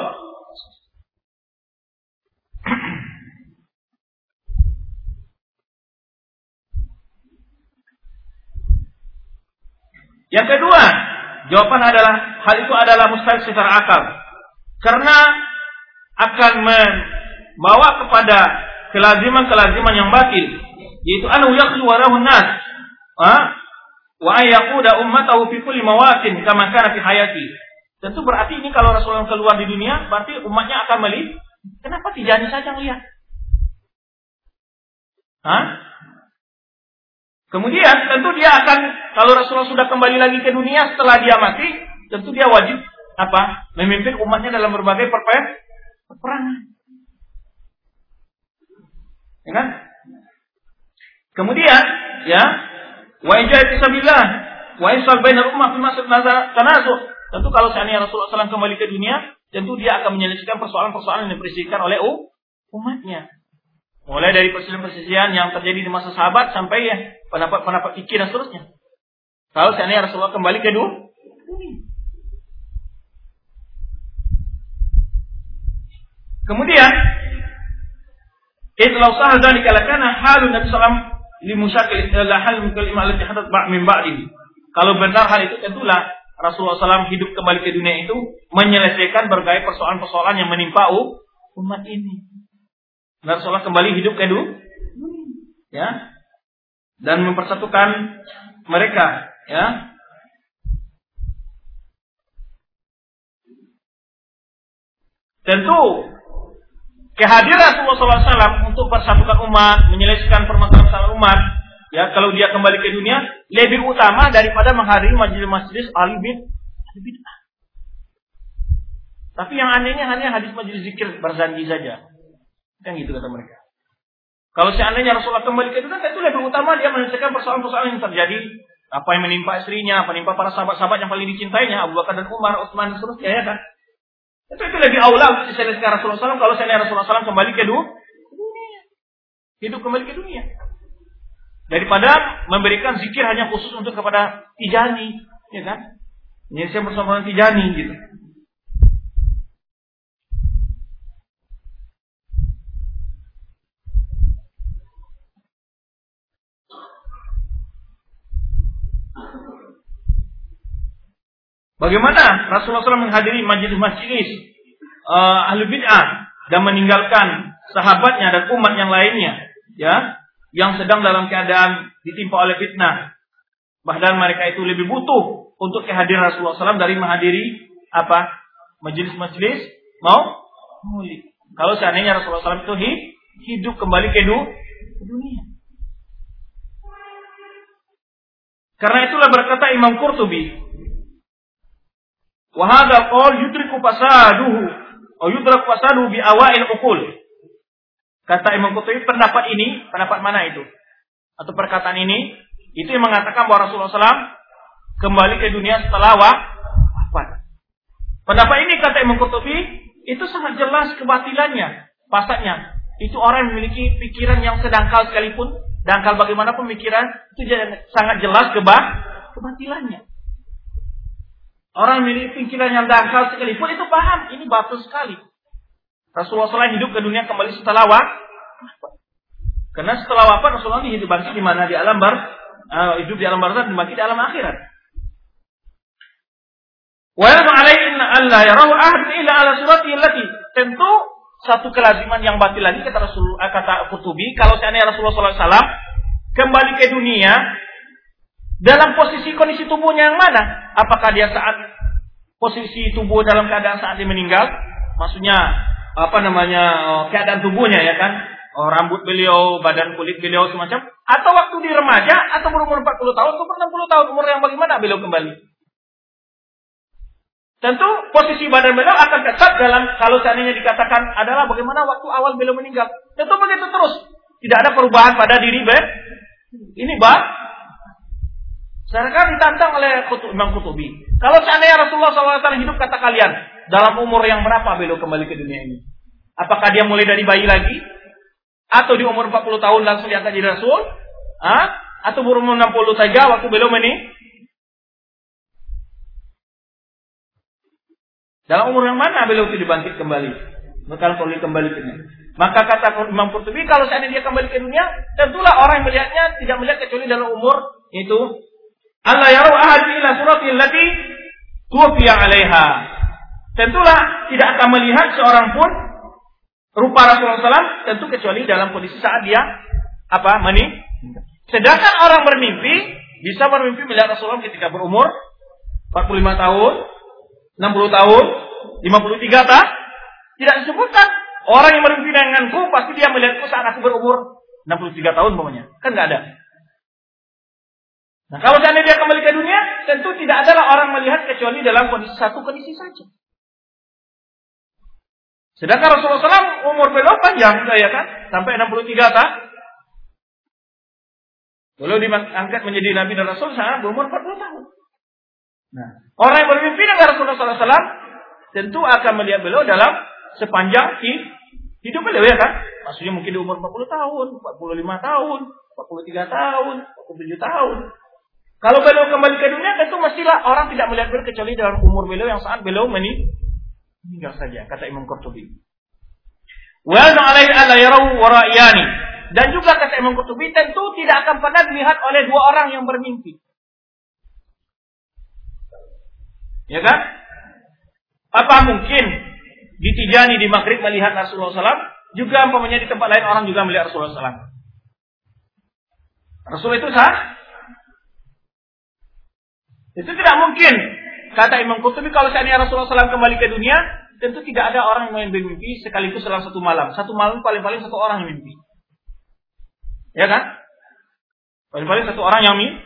Yang kedua, jawaban adalah hal itu adalah mustahil secara akal, karena akan membawa kepada kelaziman-kelaziman yang batil, yaitu anu yakhlu warahun nas, wa ayaquda ummatahu fi kulli mawatin kama kana fi hayati. Tentu berarti ini kalau Rasulullah keluar di dunia, berarti umatnya akan melihat. Kenapa Tijani saja melihat? Hah? Kemudian tentu dia akan, kalau Rasulullah sudah kembali lagi ke dunia setelah dia mati, tentu dia wajib apa? Memimpin umatnya dalam berbagai peperangan. Ya kan? Kemudian, ya, wa ijaz fisabilillah, wa isal bainal ummah fi masjid tanazu. Tentu kalau seandainya Rasulullah shallallahu alaihi wasallam kembali ke dunia, tentu dia akan menyelesaikan persoalan-persoalan yang diperselisihkan oleh umatnya. Mulai dari perselisihan yang terjadi di masa sahabat sampai ya pendapat-pendapat fikih dan seterusnya. Kalau seandainya Rasulullah kembali ke dunia. Kemudian, itlau sahal dzalika lakana halun Nabi sallallahu alaihi wasallam limusyakil hal kalimah allati hadat min ba'dihi. Kalau benar hal itu, tentulah Rasulullah shallallahu alaihi wasallam hidup kembali ke dunia itu menyelesaikan berbagai persoalan-persoalan yang menimpa umat ini. Rasulullah kembali hidup ke dunia, ya, dan mempersatukan mereka, ya. Tentu kehadiran Rasulullah shallallahu alaihi wasallam untuk persatukan umat, menyelesaikan permasalahan umat, ya, kalau dia kembali ke dunia lebih utama daripada menghadiri majelis-majelis ahli bid'ah. Tapi yang anehnya hanya hadis majelis zikir berzanji saja. Kan gitu kata mereka. Kalau seandainya Rasulullah kembali ke dunia, itu lebih utama dia menyelesaikan persoalan-persoalan yang terjadi, apa yang menimpa istrinya, apa menimpa para sahabat-sahabat yang paling dicintainya, Abu Bakar dan Umar, Utsman dan seterusnya, ya kan? Itu itu lebih aula untuk diselesaikan Rasulullah shallallahu alaihi wasallam kalau seandainya Rasulullah shallallahu alaihi wasallam kembali ke dunia, hidup kembali ke dunia, daripada memberikan zikir hanya khusus untuk kepada Tijani, ya kan? Menyelesaikan persoalan Tijani gitu. Bagaimana Rasulullah shallallahu alaihi wasallam menghadiri majelis-majelis uh, ahli bid'ah dan meninggalkan sahabatnya dan umat yang lainnya, ya, yang sedang dalam keadaan ditimpa oleh fitnah. Bahkan mereka itu lebih butuh untuk kehadiran Rasulullah shallallahu alaihi wasallam dari menghadiri apa? Majelis-majelis mau maulid. Kalau seandainya Rasulullah shallallahu alaihi wasallam itu hidup kembali ke dunia. Karena itulah berkata Imam Qurtubi, wa hadha qaul yudriku fasaduhu atau yudraku fasaduhu bi awail uqul. Kata Imam Qurtubi, pendapat ini, pendapat mana itu? Atau perkataan ini, itu yang mengatakan bahwa Rasulullah shallallahu alaihi wasallam kembali ke dunia setelah wafat. Pendapat ini kata Imam Qurtubi, itu sangat jelas kebatilannya, fasadnya. Itu orang yang memiliki pikiran yang sedangkal sekalipun, dangkal bagaimanapun pikiran, itu sangat jelas keba Kebatilannya. Orang memiliki pikiran yang dangkal sekalipun itu paham, ini batil sekali. Rasulullah shallallahu alaihi wasallam hidup ke dunia kembali setelah wafat. Karena setelah wafat Rasulullah hidup bangkit di mana? Di alam bar, uh, hidup di alam barzakh dan bangkit di alam akhirat. Wa yad'u alaihi alla yarahu ahad illa ala surati allati. Tentu satu kelaziman yang batil lagi kata Rasul kata Qurtubi, kalau seandainya Rasulullah shallallahu alaihi wasallam kembali ke dunia dalam posisi kondisi tubuhnya yang mana? Apakah dia saat posisi tubuh dalam keadaan saat dia meninggal? Maksudnya apa namanya keadaan tubuhnya ya kan? Oh, rambut beliau, badan kulit beliau semacam, atau waktu di remaja atau berumur empat puluh tahun atau enam puluh tahun, umur yang bagaimana beliau kembali? Tentu posisi badan beliau akan tetap dalam kalau seandainya dikatakan adalah bagaimana waktu awal beliau meninggal. Tentu begitu terus. Tidak ada perubahan pada diri beliau. Ini bah. Sekarang ditantang oleh Imam Qurtubi. Kalau seandainya Rasulullah shallallahu alaihi wasallam hidup kata kalian dalam umur yang berapa beliau kembali ke dunia ini? Apakah dia mulai dari bayi lagi? Atau di umur empat puluh tahun langsung diangkat jadi Rasul? Ah? Atau berumur enam puluh saja waktu beliau meninggal? Dalam umur yang mana beliau itu dibangkit kembali? Maka perlu kembali ke dunia. Maka kata Imam Qurtubi, kalau seandainya dia kembali ke dunia, tentulah orang yang melihatnya tidak melihat kecuali dalam umur itu Allah yaru ahad ila surati allati tufiya 'alaiha. Tentulah tidak akan melihat seorang pun rupa Rasulullah shallallahu alaihi wasallam tentu kecuali dalam kondisi saat dia apa meni. Sedangkan orang bermimpi bisa bermimpi melihat Rasulullah ketika berumur empat puluh lima tahun, enam puluh tahun, lima puluh tiga tahun. Tidak disebutkan orang yang bermimpi denganku pasti dia melihatku saat aku berumur enam puluh tiga tahun umpamanya. Kan enggak ada. Nah, kalau seandainya dia kembali ke dunia, tentu tidak adalah orang melihat kecuali dalam kondisi satu kondisi saja. Sedangkan Rasulullah shallallahu alaihi wasallam umur beliau panjang, ya kan? Sampai enam puluh tiga tahun. Beliau diangkat menjadi Nabi dan Rasul saat berumur empat puluh tahun. Nah, orang yang bermimpi dengan Rasulullah shallallahu alaihi wasallam tentu akan melihat beliau dalam sepanjang hidup beliau, ya kan? Maksudnya mungkin di umur empat puluh tahun, empat puluh lima tahun, empat puluh tiga tahun, empat puluh tujuh tahun. Kalau beliau kembali ke dunia, tentu mestilah orang tidak melihat beliau kecuali dalam umur beliau yang saat beliau meninggal saja, kata Imam Qurtubi. Wa alaihi alla yarau wara'iyani. Dan juga kata Imam Qurtubi, tentu tidak akan pernah dilihat oleh dua orang yang bermimpi. Ya kan? Apa mungkin di Tijani di Maghrib melihat Rasulullah shallallahu alaihi wasallam, juga umpamanya di tempat lain orang juga melihat Rasulullah shallallahu alaihi wasallam. Rasul itu sah? Itu tidak mungkin. Kata Imam Qurtubi, kalau seandainya Rasulullah shallallahu alaihi wasallam kembali ke dunia, tentu tidak ada orang yang bermimpi sekaligus dalam satu malam. Satu malam paling-paling satu orang yang mimpi. Ya kan? Paling-paling satu orang yang mimpi.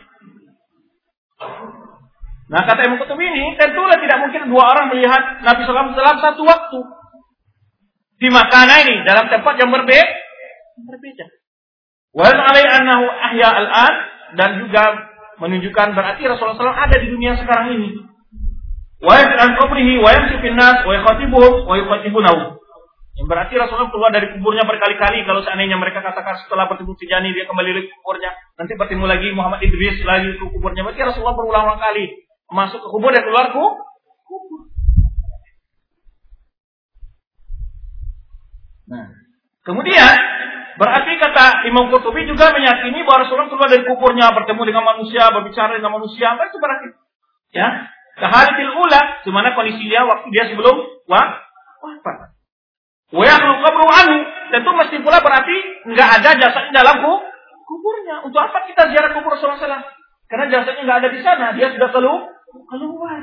Nah, kata Imam Qurtubi ini, tentulah tidak mungkin dua orang melihat Nabi shallallahu alaihi wasallam dalam satu waktu. Di makana ini, dalam tempat yang berbeda. Berbeda. Wa alaihi annahu ahya al-an, dan juga menunjukkan berarti Rasulullah shallallahu alaihi wasallam ada di dunia sekarang ini. Wa yas'al qabrihi wa yamshi fil nas wa yakhatibuhum wa yukhatibunahu. Yang berarti Rasulullah keluar dari kuburnya berkali-kali. Kalau seandainya mereka katakan setelah bertemu Tijani dia kembali lagi ke kuburnya, nanti bertemu lagi Muhammad Idris lagi ke kuburnya. Berarti Rasulullah berulang-ulang kali masuk ke kubur dan keluar ke kubur. Nah, kemudian berarti kata Imam Qurtubi juga meyakini bahwa Rasulullah keluar dari kuburnya bertemu dengan manusia, berbicara dengan manusia. Apa itu berarti? Ya, kahalatil ula, di mana kondisi dia waktu dia sebelum wah, wafat. Wa yakhluqu qabru anhu, tentu mesti pula berarti enggak ada jasadnya dalam kuburnya. Untuk apa kita ziarah kubur Rasulullah shallallahu alaihi wasallam? Karena jasadnya enggak ada di sana, dia sudah keluar. keluar.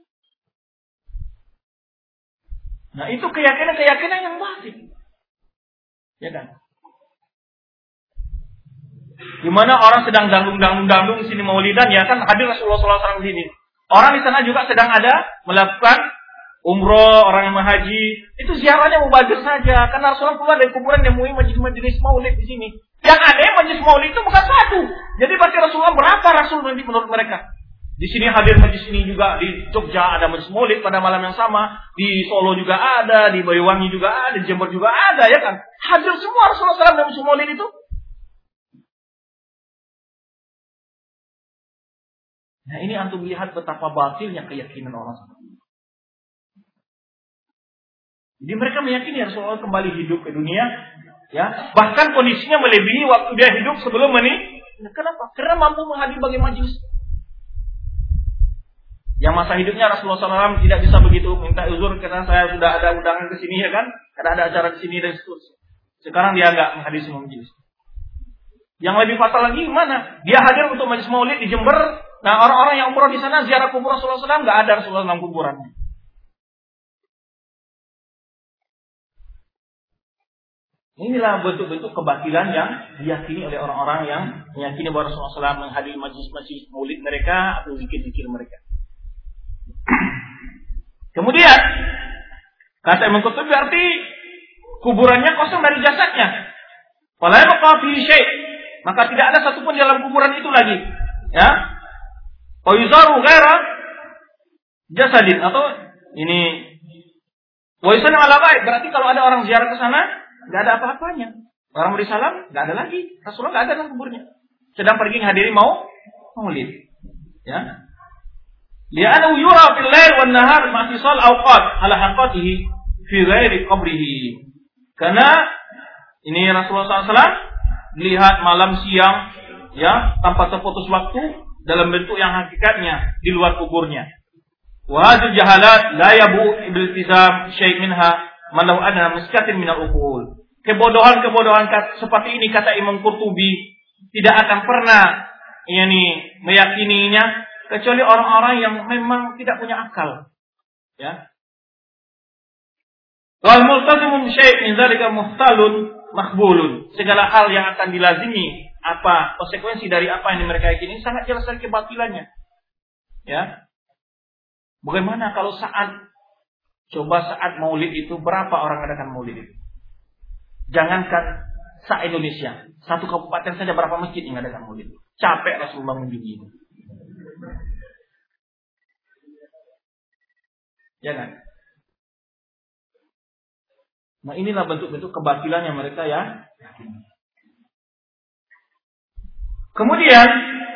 Nah, itu keyakinan-keyakinan yang batil. Ya kan? Di mana orang sedang dangdung-dangdung-dangdung di sini maulidan, ya kan hadir Rasulullah shallallahu alaihi wasallam di sini. Orang di sana juga sedang ada melakukan umroh, orang yang haji. Itu ziarahnya mubazir saja, karena Rasulullah keluar dari kuburan yang muhim majelis maulid di sini. Yang aneh majelis maulid itu bukan satu. Jadi pasti Rasulullah berapa Rasul nanti menurut mereka? Di sini hadir majelis ini juga, di Jogja ada majelis maulid pada malam yang sama, di Solo juga ada, di Boyolali juga ada, di Jember juga ada, ya kan? Hadir semua Rasulullah shallallahu alaihi wasallam dalam majelis maulid itu. Nah, ini antum lihat betapa batilnya keyakinan orang seperti ini. Jadi mereka meyakini Rasulullah kembali hidup ke dunia, ya, bahkan kondisinya melebihi waktu dia hidup sebelum ini. Kenapa? Karena mampu menghadiri bagi majelis. Yang masa hidupnya Rasulullah shallallahu alaihi wasallam tidak bisa begitu minta uzur karena saya sudah ada undangan ke sini, ya kan? Karena ada acara di sini dan seterusnya. Sekarang dia enggak menghadiri semua majelis. Yang lebih fatal lagi mana? Dia hadir untuk majelis maulid di Jember. Nah, orang-orang yang umroh di sana ziarah kubur Rasulullah shallallahu alaihi wasallam, enggak ada Rasulullah dalam kuburannya. Inilah bentuk-bentuk kebatilan yang diyakini oleh orang-orang yang meyakini bahwa Rasulullah shallallahu alaihi wasallam menghadiri majelis-majelis maulid mereka atau zikir-zikir mereka. Kemudian kata Imam Qurtubi berarti kuburannya kosong dari jasadnya. Fala yabqa fi syai', maka tidak ada satupun di dalam kuburan itu lagi. Ya. Wa yuzaru ghaira jasadin, atau ini wa yusallama ala ghaib, berarti kalau ada orang ziarah ke sana enggak ada apa-apanya. Orang beri salam enggak ada lagi. Rasulullah enggak ada dalam kuburnya. Sedang pergi menghadiri mau maulid. Ya. Li'annahu yura fil lail wan nahar ma'tisal awqat ala haqqatihi fi ghairi qabrihi. Karena ini Rasulullah shallallahu alaihi wasallam melihat malam siang, ya, tanpa terputus waktu dalam bentuk yang hakikatnya di luar kuburnya. Wa hadzal jahalat la yabu bil iltizam syai' minha man law adna miskatin min al-uqul. Kebodohan-kebodohan seperti ini kata Imam Qurtubi tidak akan pernah yakni meyakininya kecuali orang-orang yang memang tidak punya akal. Ya. Wal multazimu bi syai' min dzalika muhtalun makbulun. Segala hal yang akan dilazimi, apa konsekuensi dari apa yang mereka yakini sangat jelas dari kebatilannya. Ya. Bagaimana kalau saat coba saat Maulid itu berapa orang adakan Maulid itu? Jangankan se-Indonesia, satu kabupaten saja berapa masjid yang adakan Maulid. Capek Rasulullah menjadi itu. Jangan. Nah, inilah bentuk-bentuk kebatilan yang mereka ya. Kemudian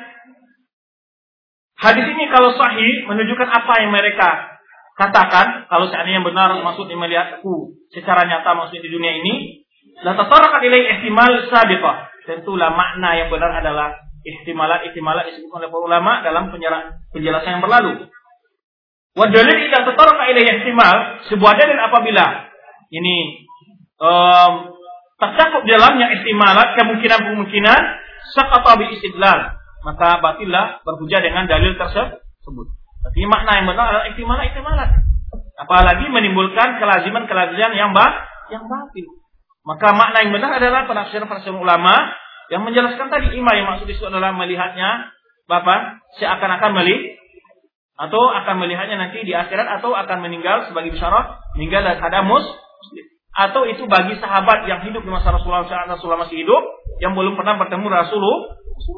hadis ini kalau sahih menunjukkan apa yang mereka katakan. Kalau seandainya benar maksudnya melihatku secara nyata maksudnya di dunia ini, la tatarraqat ilai ihtimal sabiqah. Tentulah makna yang benar adalah ihtimalat-ihtimalat disebutkan oleh para ulama dalam penjelasan yang berlalu. Wa dalil idza tatarraqa ilai ihtimal, sebuah dalil apabila ini um, tercakup dalamnya ihtimalat, kemungkinan-kemungkinan, saqata bi istidlal, maka batillah berhujjah dengan dalil tersebut. Tapi makna yang benar adalah ihtimalat-ihtimalat. Apalagi menimbulkan kelaziman-kelaziman yang bah, yang batil. Maka makna yang benar adalah penafsiran-penafsiran ulama yang menjelaskan tadi ima yang maksud itu adalah melihatnya Bapak seakan-akan melihat atau akan melihatnya nanti di akhirat atau akan meninggal sebagai bisyarat meninggal dan ada muslim, atau itu bagi sahabat yang hidup di masa Rasulullah saat Rasulullah masih hidup yang belum pernah bertemu Rasulullah.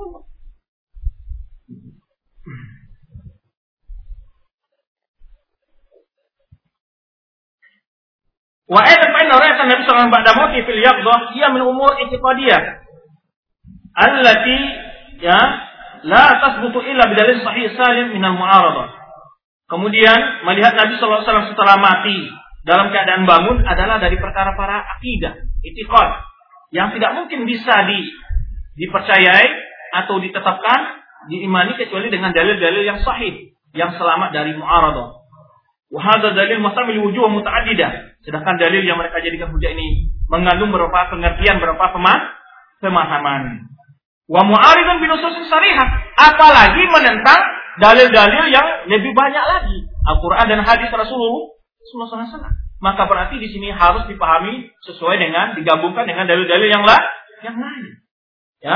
Wa aidan fa inna ra'aytan Nabi sallallahu alaihi wasallam ba'da mauti fil yaqdah hiya min umur i'tiqadiyah allati ya la tasbutu illa bidalil sahih salim min al-mu'aradah. Kemudian melihat Nabi sallallahu alaihi wasallam setelah mati dalam keadaan bangun adalah dari perkara-perkara akidah, i'tiqad yang tidak mungkin bisa di dipercayai atau ditetapkan, diimani kecuali dengan dalil-dalil yang sahih yang selamat dari mu'aradah. Wa hadza dalil muhtamil wujuh muta'addidah. Sedangkan dalil yang mereka jadikan hujah ini mengandung beberapa pengertian, beberapa pemahaman. Wa mu'aridun bi nususin sarihah, apalagi menentang dalil-dalil yang lebih banyak lagi, Al-Qur'an dan hadis Rasulullah sallallahu alaihi wasallam. Maka berarti di sini harus dipahami sesuai dengan digabungkan dengan dalil-dalil yang lain, yang lain. Ya.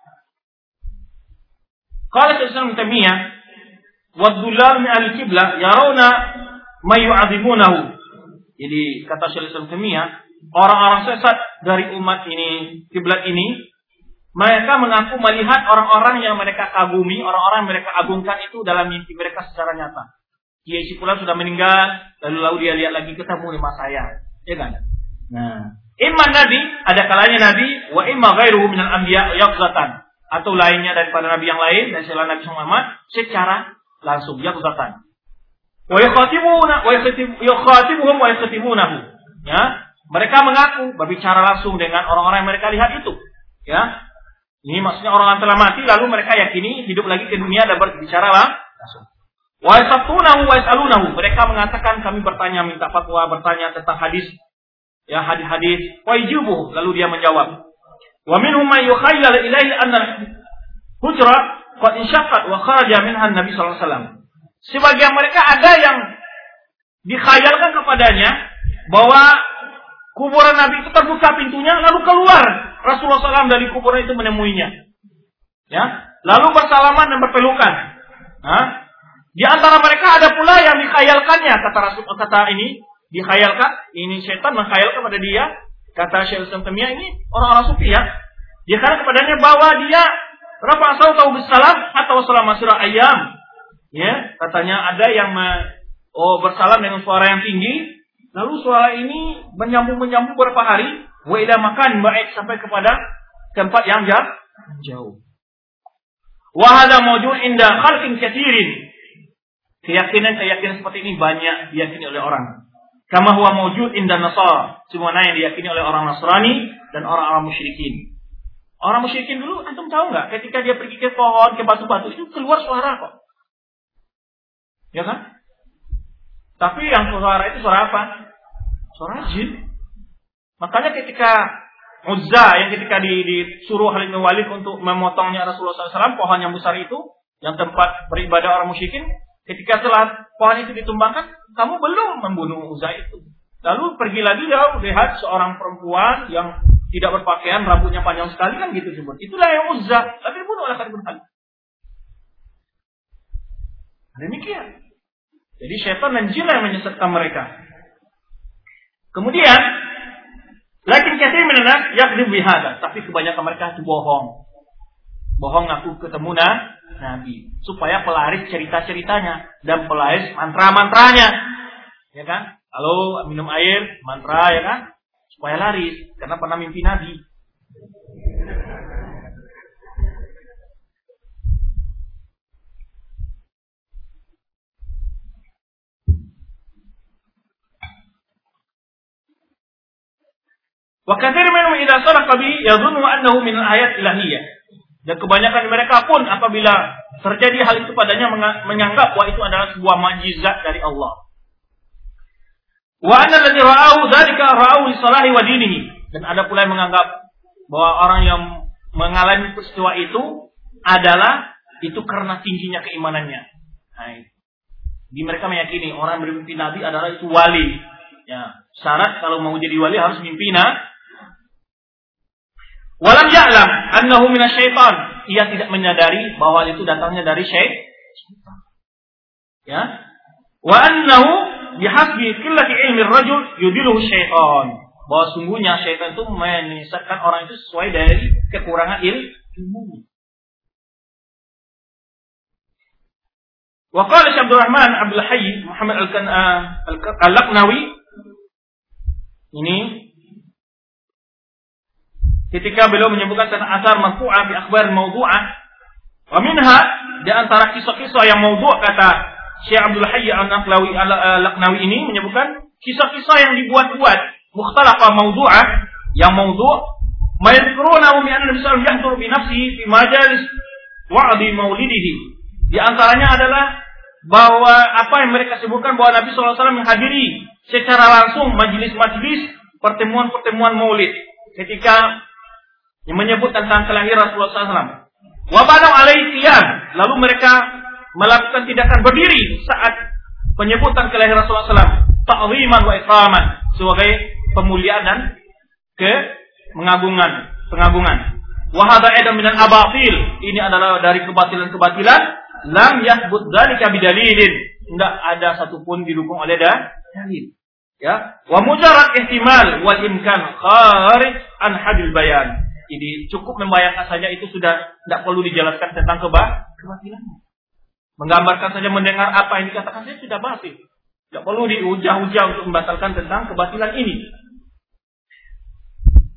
Qala Syaikhul Taimiyah wa dhullal min al-qiblah yarawna ma yu'azimunahu. Jadi kata Syaikhul Taimiyah, orang-orang sesat dari umat ini, kiblat ini, mereka mengaku melihat orang-orang yang mereka kagumi, orang-orang yang mereka agungkan itu dalam mimpi mereka secara nyata. Kiai si fulan sudah meninggal, lalu lalu dia lihat lagi ketemu lima saya, ya kan? Nah, imma nabi, ada kalanya nabi, wa imma ghairuhu minal anbiya yaqzatan, atau lainnya daripada nabi yang lain dan selain Nabi Muhammad secara langsung ya berkata. Wa yakhatibuna wa yakhatibuhum wa yakhatibunahu. Ya, mereka mengaku berbicara langsung dengan orang-orang yang mereka lihat itu. Ya. Ini maksudnya orang yang telah mati lalu mereka yakini hidup lagi ke dunia dan berbicara langsung. Wa yasatunahu wa yasalunahu. Mereka mengatakan kami bertanya minta fatwa, bertanya tentang hadis. Ya, hadis-hadis. Wa yajibu, lalu dia menjawab. Wa minhum man yukhayyal ilaihi anna hujra qad inshaqqat wa kharaja minha an-nabi sallallahu alaihi wasallam. Sebagian mereka ada yang dikhayalkan kepadanya bahwa kuburan Nabi itu terbuka pintunya lalu keluar Rasulullah shallallahu alaihi wasallam dari kuburan itu menemuinya. Ya, lalu bersalaman dan berpelukan. Nah, di antara mereka ada pula yang dikhayalkannya kata Rasul kata ini dikhayalkan ini setan menghayalkan pada dia kata Syekh Islam Taimiyah ini orang-orang sufi ya. Dia kata kepadanya bahwa dia rafa sautahu bisalam atau salam masyra ayam. Ya, katanya ada yang me, oh bersalam dengan suara yang tinggi, lalu suara ini menyambung-menyambung beberapa hari, wa ila makan baik sampai kepada tempat yang jauh. Wa hadza mawjud inda khalqin katsirin. Keyakinan-keyakinan seperti ini banyak diyakini oleh orang. Kama huwa mawjud inda Nasara, semuanya yang diyakini oleh orang Nasrani dan orang-orang musyrikin. Orang musyrikin dulu antum tahu enggak ketika dia pergi ke pohon, ke batu-batu itu keluar suara kok. Ya kan? Tapi yang suara itu suara apa? Suara jin. Makanya ketika Uzza yang ketika disuruh Khalid bin Walid untuk memotongnya Rasulullah shallallahu alaihi wasallam, pohon yang besar itu, yang tempat beribadah orang musyrikin, ketika setelah pohon itu ditumbangkan, kamu belum membunuh Uzza itu. Lalu pergi lagi dia lihat seorang perempuan yang tidak berpakaian, rambutnya panjang sekali kan gitu sebut. Itulah yang Uzza, tapi dibunuh oleh Khalid bin Walid. Demikian. Jadi syaitan dan jin yang menyesatkan mereka. Kemudian, lakin katsir minan nas yakdzib bihadza, tapi kebanyakan mereka itu bohong. Bohong ngaku ketemu Nabi supaya pelaris cerita-ceritanya dan pelaris mantra-mantranya. Ya kan? Halo, minum air, mantra ya kan? Supaya laris karena pernah mimpi Nabi. Wa katsir minhum idza saraqa bi yadhunnu annahu min ayat ilahiyyah. Dan kebanyakan mereka pun apabila terjadi hal itu padanya menganggap bahwa itu adalah sebuah mukjizat dari Allah. Wa anna alladhi ra'ahu dzalika ra'ahu li salahi wa dinihi. Dan ada pula yang menganggap bahwa orang yang mengalami peristiwa itu adalah itu karena tingginya keimanannya. Nah, di mereka meyakini orang bermimpi Nabi adalah itu wali. Ya, syarat kalau mau jadi wali harus mimpi Nabi. Walam ya'lam annahu minasyaitan. Ia tidak menyadari bahwa itu datangnya dari syaitan. Ya. Wa annahu bihasbi qillati ilmi ar-rajul yudiluhu syaitan. Bahwa sungguhnya syaitan itu menyesatkan orang itu sesuai dari kekurangan ilmu. Wa qala Syekh Abdul Rahman Abdul Hayy Muhammad Al-Laqnawi ini ketika beliau menyebutkan tentang asar marfu'ah bi akhbar mawdu'ah wa minha di antara kisah-kisah yang mawdu' kata Syekh Abdul Hayy Al-Laqnawi ini menyebutkan kisah-kisah yang dibuat-buat mukhtalafah mawdu'ah yang mawdu' ma yadhkuruna min anna Nabi sallallahu alaihi wasallam yahduru bi nafsihi fi majalis wa'di maulidihi. Di antaranya adalah bahwa apa yang mereka sebutkan bahwa Nabi sallallahu alaihi wasallam menghadiri secara langsung majelis-majelis pertemuan-pertemuan maulid ketika yang menyebut tentang kelahiran Rasulullah sallallahu alaihi wasallam. Wa banu alaihi qiyam, lalu mereka melakukan tindakan berdiri saat penyebutan kelahiran Rasulullah sallallahu alaihi wasallam, ta'ziman wa ikraman, sebagai pemuliaan dan ke mengagungan, pengagungan. Wa hadza aidan minal abatil, ini adalah dari kebatilan-kebatilan, lam yathbut dzalika bidalilin, enggak ada satupun didukung oleh dalil. Ya, wa mujarrad ihtimal wal imkan kharij an hadil bayan. Jadi cukup membayangkan saja itu sudah tidak perlu dijelaskan tentang keba kebatilan. Menggambarkan saja mendengar apa yang dikatakan saja sudah batil. Tidak perlu diujah-ujah untuk membatalkan tentang kebatilan ini.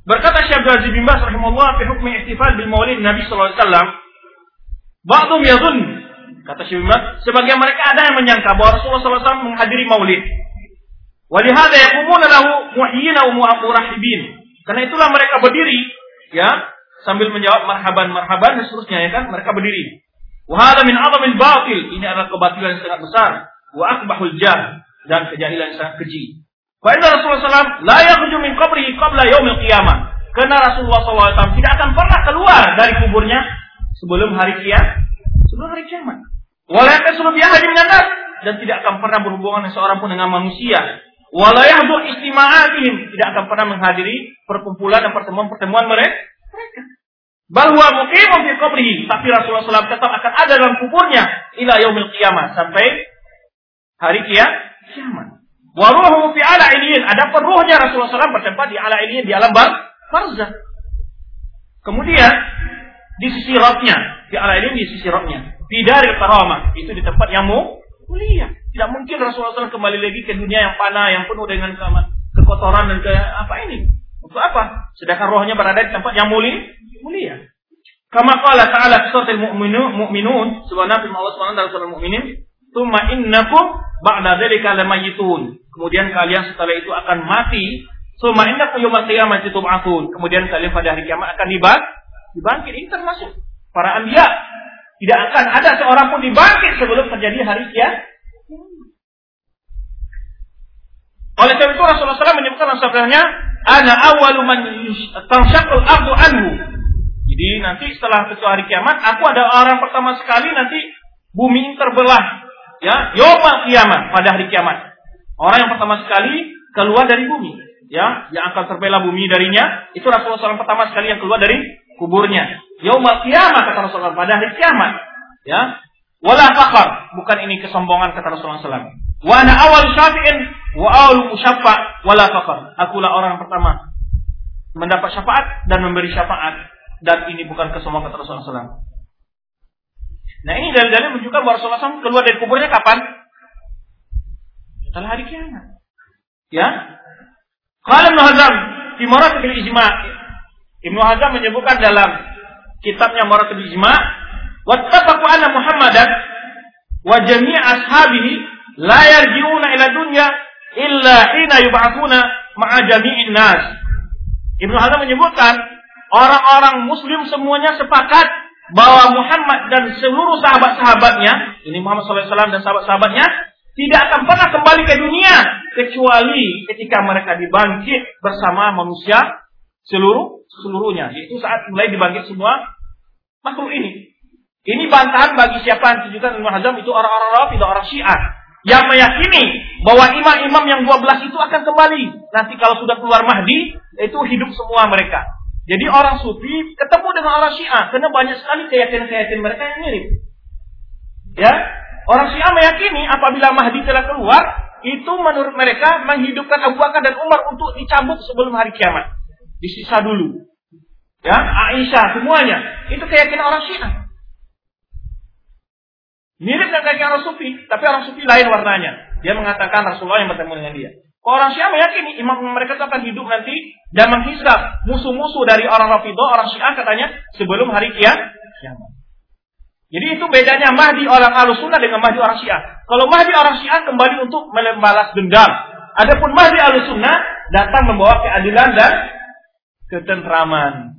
Berkata Syekh Abdul Aziz bin Baz rahimahullah fi hukmi ihtifal bil maulid Nabi sallallahu alaihi wasallam, ba'dhum yadhun, kata Syekh bin Baz, sebagian mereka ada yang menyangka bahwa Rasulullah sallallahu alaihi wasallam menghadiri maulid. Wa li hadza yaqumuna lahu muhyina wa murahibin. Karena itulah mereka berdiri, ya, sambil menjawab marhaban marhaban dan seterusnya, ya kan, mereka berdiri. Wa hadza min 'azamil batil, ini adalah kebatilan yang sangat besar, wa akbahul jahl, dan kejahilan yang sangat keji. Fa inna Rasulullah sallallahu alaihi wasallam la yakhruju min qabrihi qabla yaumil qiyamah. Karena Rasulullah sallallahu alaihi wasallam tidak akan pernah keluar dari kuburnya sebelum hari kiamat, sebelum hari kiamat. Wa la yasulu bi ahadin minan nas, dan tidak akan pernah berhubungan dengan seorang pun dengan manusia. Wa la yahdur istima'atihim, tidak akan pernah menghadiri perkumpulan dan pertemuan-pertemuan mereka. Bal huwa muqimun fi qabrihi, tapi Rasulullah sallallahu alaihi wasallam tetap akan ada dalam kuburnya ila yaumil qiyamah, sampai hari kiamat. Wa ruhuhu fi ala iliyin, adapun ruhnya Rasulullah sallallahu alaihi wasallam bertempat di ala iliyin, di alam barzakh. Kemudian di sisi rohnya, di ala iliyin, di sisi rohnya, di daril karamah, itu di tempat yang mulia. Tidak mungkin Rasulullah sallallahu alaihi wasallam kembali lagi ke dunia yang fana, yang penuh dengan kekotoran dan ke apa ini. Untuk apa? Sedangkan rohnya berada di tempat yang mulia. mulia. Kama qala ta'ala fi suratul mu'minun, mu'minun, subhanahu Allah subhanahu dalam surah Al-Mu'minin, "Tsumma innakum ba'da dzalika lamayitun." Kemudian kalian setelah itu akan mati. "Tsumma innakum yawmal qiyamati tub'atsun." Kemudian kalian pada hari kiamat akan dibangkit. Ini termasuk para anbiya. Tidak akan ada seorang pun dibangkit sebelum terjadi hari kiamat. Oleh sebab itu Rasulullah sallallahu alaihi wasallam menyebutkan dalam sabdanya, "Ana awwalu man tanshaqqal ardu anhu." Jadi nanti setelah besok hari kiamat, aku ada orang pertama sekali nanti bumi ini terbelah, ya, yaumul kiamat, pada hari kiamat. Orang yang pertama sekali keluar dari bumi, ya, yang akan terbelah bumi darinya, itu Rasulullah sallallahu alaihi wasallam pertama sekali yang keluar dari kuburnya. Yaumul kiamat, kata Rasulullah, pada hari kiamat, ya. Wala fakhar, bukan ini kesombongan, kata Rasulullah sallallahu alaihi wasallam. Wa ana awal syafi'in wa awal musyaffa wala fakhar. Akulah orang yang pertama mendapat syafaat dan memberi syafaat. Dan ini bukan kesombongan, kata Rasulullah sallallahu alaihi wasallam. Nah, ini dalil-dalil menunjukkan bahwa Rasulullah sallallahu alaihi wasallam keluar dari kuburnya kapan? Setelah hari kiamat. Ya. Qala Ibnu Hazm fi Maratibul Ijma'. Ibnu Hazm menyebutkan dalam kitabnya Maratibul Ijma', wattafaqu anna Muhammadan wa jami' ashabihi la yarji'una ila dunya illa hina yub'atsuna ma'a jami'in nas. Ibnu Hazm menyebutkan orang-orang muslim semuanya sepakat bahwa Muhammad dan seluruh sahabat-sahabatnya, ini Muhammad sallallahu alaihi wasallam dan sahabat-sahabatnya, tidak akan pernah kembali ke dunia kecuali ketika mereka dibangkit bersama manusia seluruh seluruhnya, yaitu saat mulai dibangkit semua makhluk ini. Ini bantahan bagi siapa yang tunjukkan Ibnu Hazm itu orang-orang Rafidah, orang Syiah, yang meyakini bahwa imam-imam yang dua belas itu akan kembali. Nanti kalau sudah keluar Mahdi, itu hidup semua mereka. Jadi orang Sufi ketemu dengan orang Syiah karena banyak sekali keyakinan-keyakinan mereka yang mirip. Ya, orang Syiah meyakini apabila Mahdi telah keluar, itu menurut mereka menghidupkan Abu Bakar dan Umar untuk dicambuk sebelum hari kiamat. Disiksa dulu. Ya, Aisyah semuanya. Itu keyakinan orang Syiah. Mirip dengan keyakinan orang Sufi, tapi orang Sufi lain warnanya. Dia mengatakan Rasulullah yang bertemu dengan dia. Orang Syiah meyakini imam mereka itu akan hidup nanti dan menghisab musuh-musuh dari orang Rafidah, orang Syiah katanya sebelum hari kiamat. Jadi itu bedanya Mahdi orang Ahlussunnah dengan Mahdi orang Syiah. Kalau Mahdi orang Syiah kembali untuk membalas dendam. Adapun Mahdi Ahlussunnah datang membawa keadilan dan ketentraman.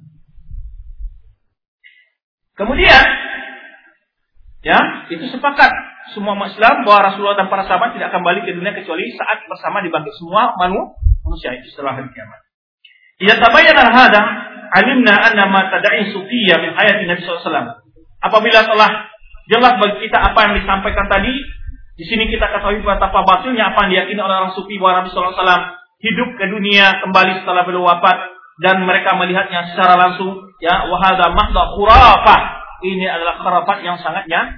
Kemudian, ya, itu sepakat semua umat Islam bahwa Rasulullah dan para sahabat tidak akan balik ke dunia kecuali saat bersama dibangkit semua manusia itu setelah hari kiamat. Idza tabayyana hada, alimna anna ma tad'i sufiyya min ayati Nabi sallallahu alaihi wasallam. Apabila telah jelas bagi kita apa yang disampaikan tadi, di sini kita ketahui betapa batilnya apa yang diyakini oleh orang sufi bahwa Nabi sallallahu alaihi wasallam hidup ke dunia kembali setelah beliau wafat dan mereka melihatnya secara langsung, ya, wa hadza mahdha khurafah. Ini adalah khurafat yang sangat nyata.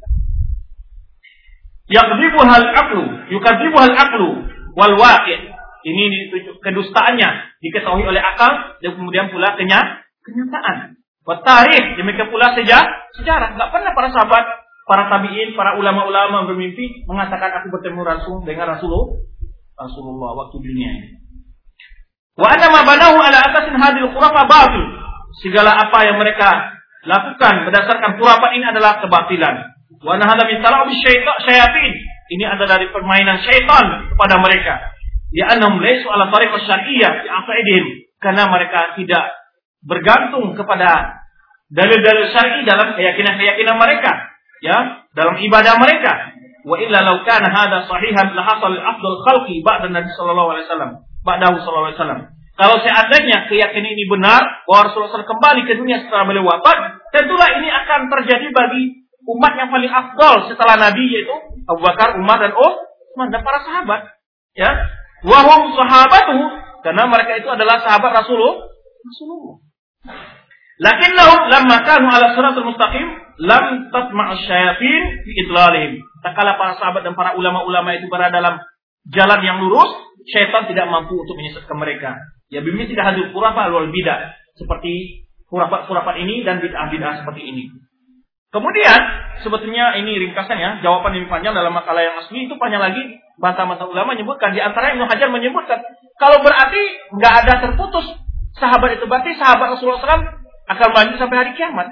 Yakdzibuhal aqlu, yukadzibuhal aqlu wal waqi'. Ini ditunjuk kedustaannya diketahui oleh akal dan kemudian pula kenya, kenyataan. Wa tarikh, demikian pula sejarah, sejarah. Enggak pernah para sahabat, para tabi'in, para ulama-ulama bermimpi mengatakan aku bertemu langsung dengan Rasulullah, Rasulullah waktu dunia ini. Wa anna ma annahu ala asasin hadil khurafa batil. Segala apa yang mereka lakukan berdasarkan khurafat ini adalah kebatilan. Wa anna hadha min tala'ub syayatin. Ini adalah dari permainan syaitan kepada mereka. Ya annahum laysu ala tariqah syar'iyyah fi aqaidihim. Karena mereka tidak bergantung kepada dalil-dalil syar'i dalam keyakinan-keyakinan mereka, ya, dalam ibadah mereka. Wa illa law kana hadha sahihan la hasal afdal khalqi ba'da Nabi sallallahu alaihi wasallam, ba'dahu sallallahu alaihi wasallam. Kalau seandainya keyakinan ini benar bahwa Rasulullah shallallahu alaihi wasallam kembali ke dunia setelah beliau wafat, tentulah ini akan terjadi bagi umat yang paling afdal setelah Nabi, yaitu Abu Bakar, Umar dan Utsman dan para sahabat, ya. Wa hum sahabatu, karena mereka itu adalah sahabat Rasulullah. Rasulullah. Lakinnahum lamma kanu ala siratal mustaqim lam tatma'u syayatin fi idlalihim. Tatkala para sahabat dan para ulama-ulama itu berada dalam jalan yang lurus, syaitan tidak mampu untuk menyesatkan mereka. Ya bimi tidak hadir khurafat wal bidah, seperti khurafat-khurafat ini dan bid'ah-bid'ah seperti ini. Kemudian sebetulnya ini ringkasannya, jawaban yang panjang dalam makalah yang asli itu panjang lagi. Bantah-bantah ulama menyebutkan, di antara Ibnu Hajar menyebutkan, kalau berarti nggak ada terputus sahabat itu, berarti sahabat Rasulullah shallallahu alaihi wasallam akan lanjut sampai hari kiamat.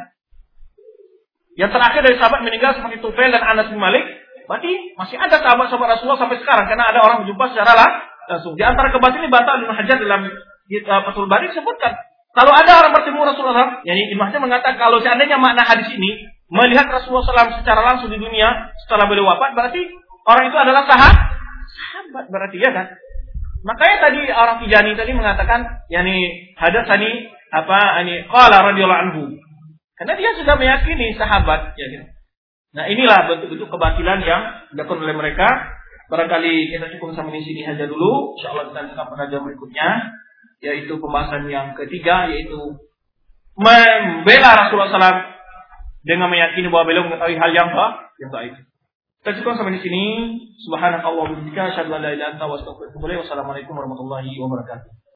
Yang terakhir dari sahabat meninggal seperti Tufail dan Anas bin Malik, berarti masih ada sahabat-sahabat Rasulullah sampai sekarang, karena ada orang berjumpa secara langsung. Di antara kebatilan ini bantah Ibnu Hajar dalam uh, Fathul Bari disebutkan, kalau ada orang bertemu Rasulullah, yani Ibnu Hajar mengatakan kalau seandainya makna hadis ini melihat Rasulullah shallallahu alaihi wasallam secara langsung di dunia setelah beliau wafat, berarti orang itu adalah sahabat, sahabat berarti ya kan. Makanya tadi orang Tijani tadi mengatakan, yani hadatsani apa ini qala radhiyallahu anhu. Karena dia sudah meyakini sahabat, ya gitu. Nah, inilah bentuk-bentuk kebatilan yang dilakukan oleh mereka. Barangkali kita cukup sampai di sini saja dulu. Insyaallah kita lanjutkan pada jam berikutnya, yaitu pembahasan yang ketiga, yaitu membela Rasulullah shallallahu alaihi wasallam dengan meyakini bahwa beliau mengetahui hal yang yang baik. Kita cukup sampai di sini. Subhanakallahumma wa bihamdika asyhadu an la ilaha illa anta astaghfiruka wa atubu ilaik. Wassalamualaikum warahmatullahi wabarakatuh.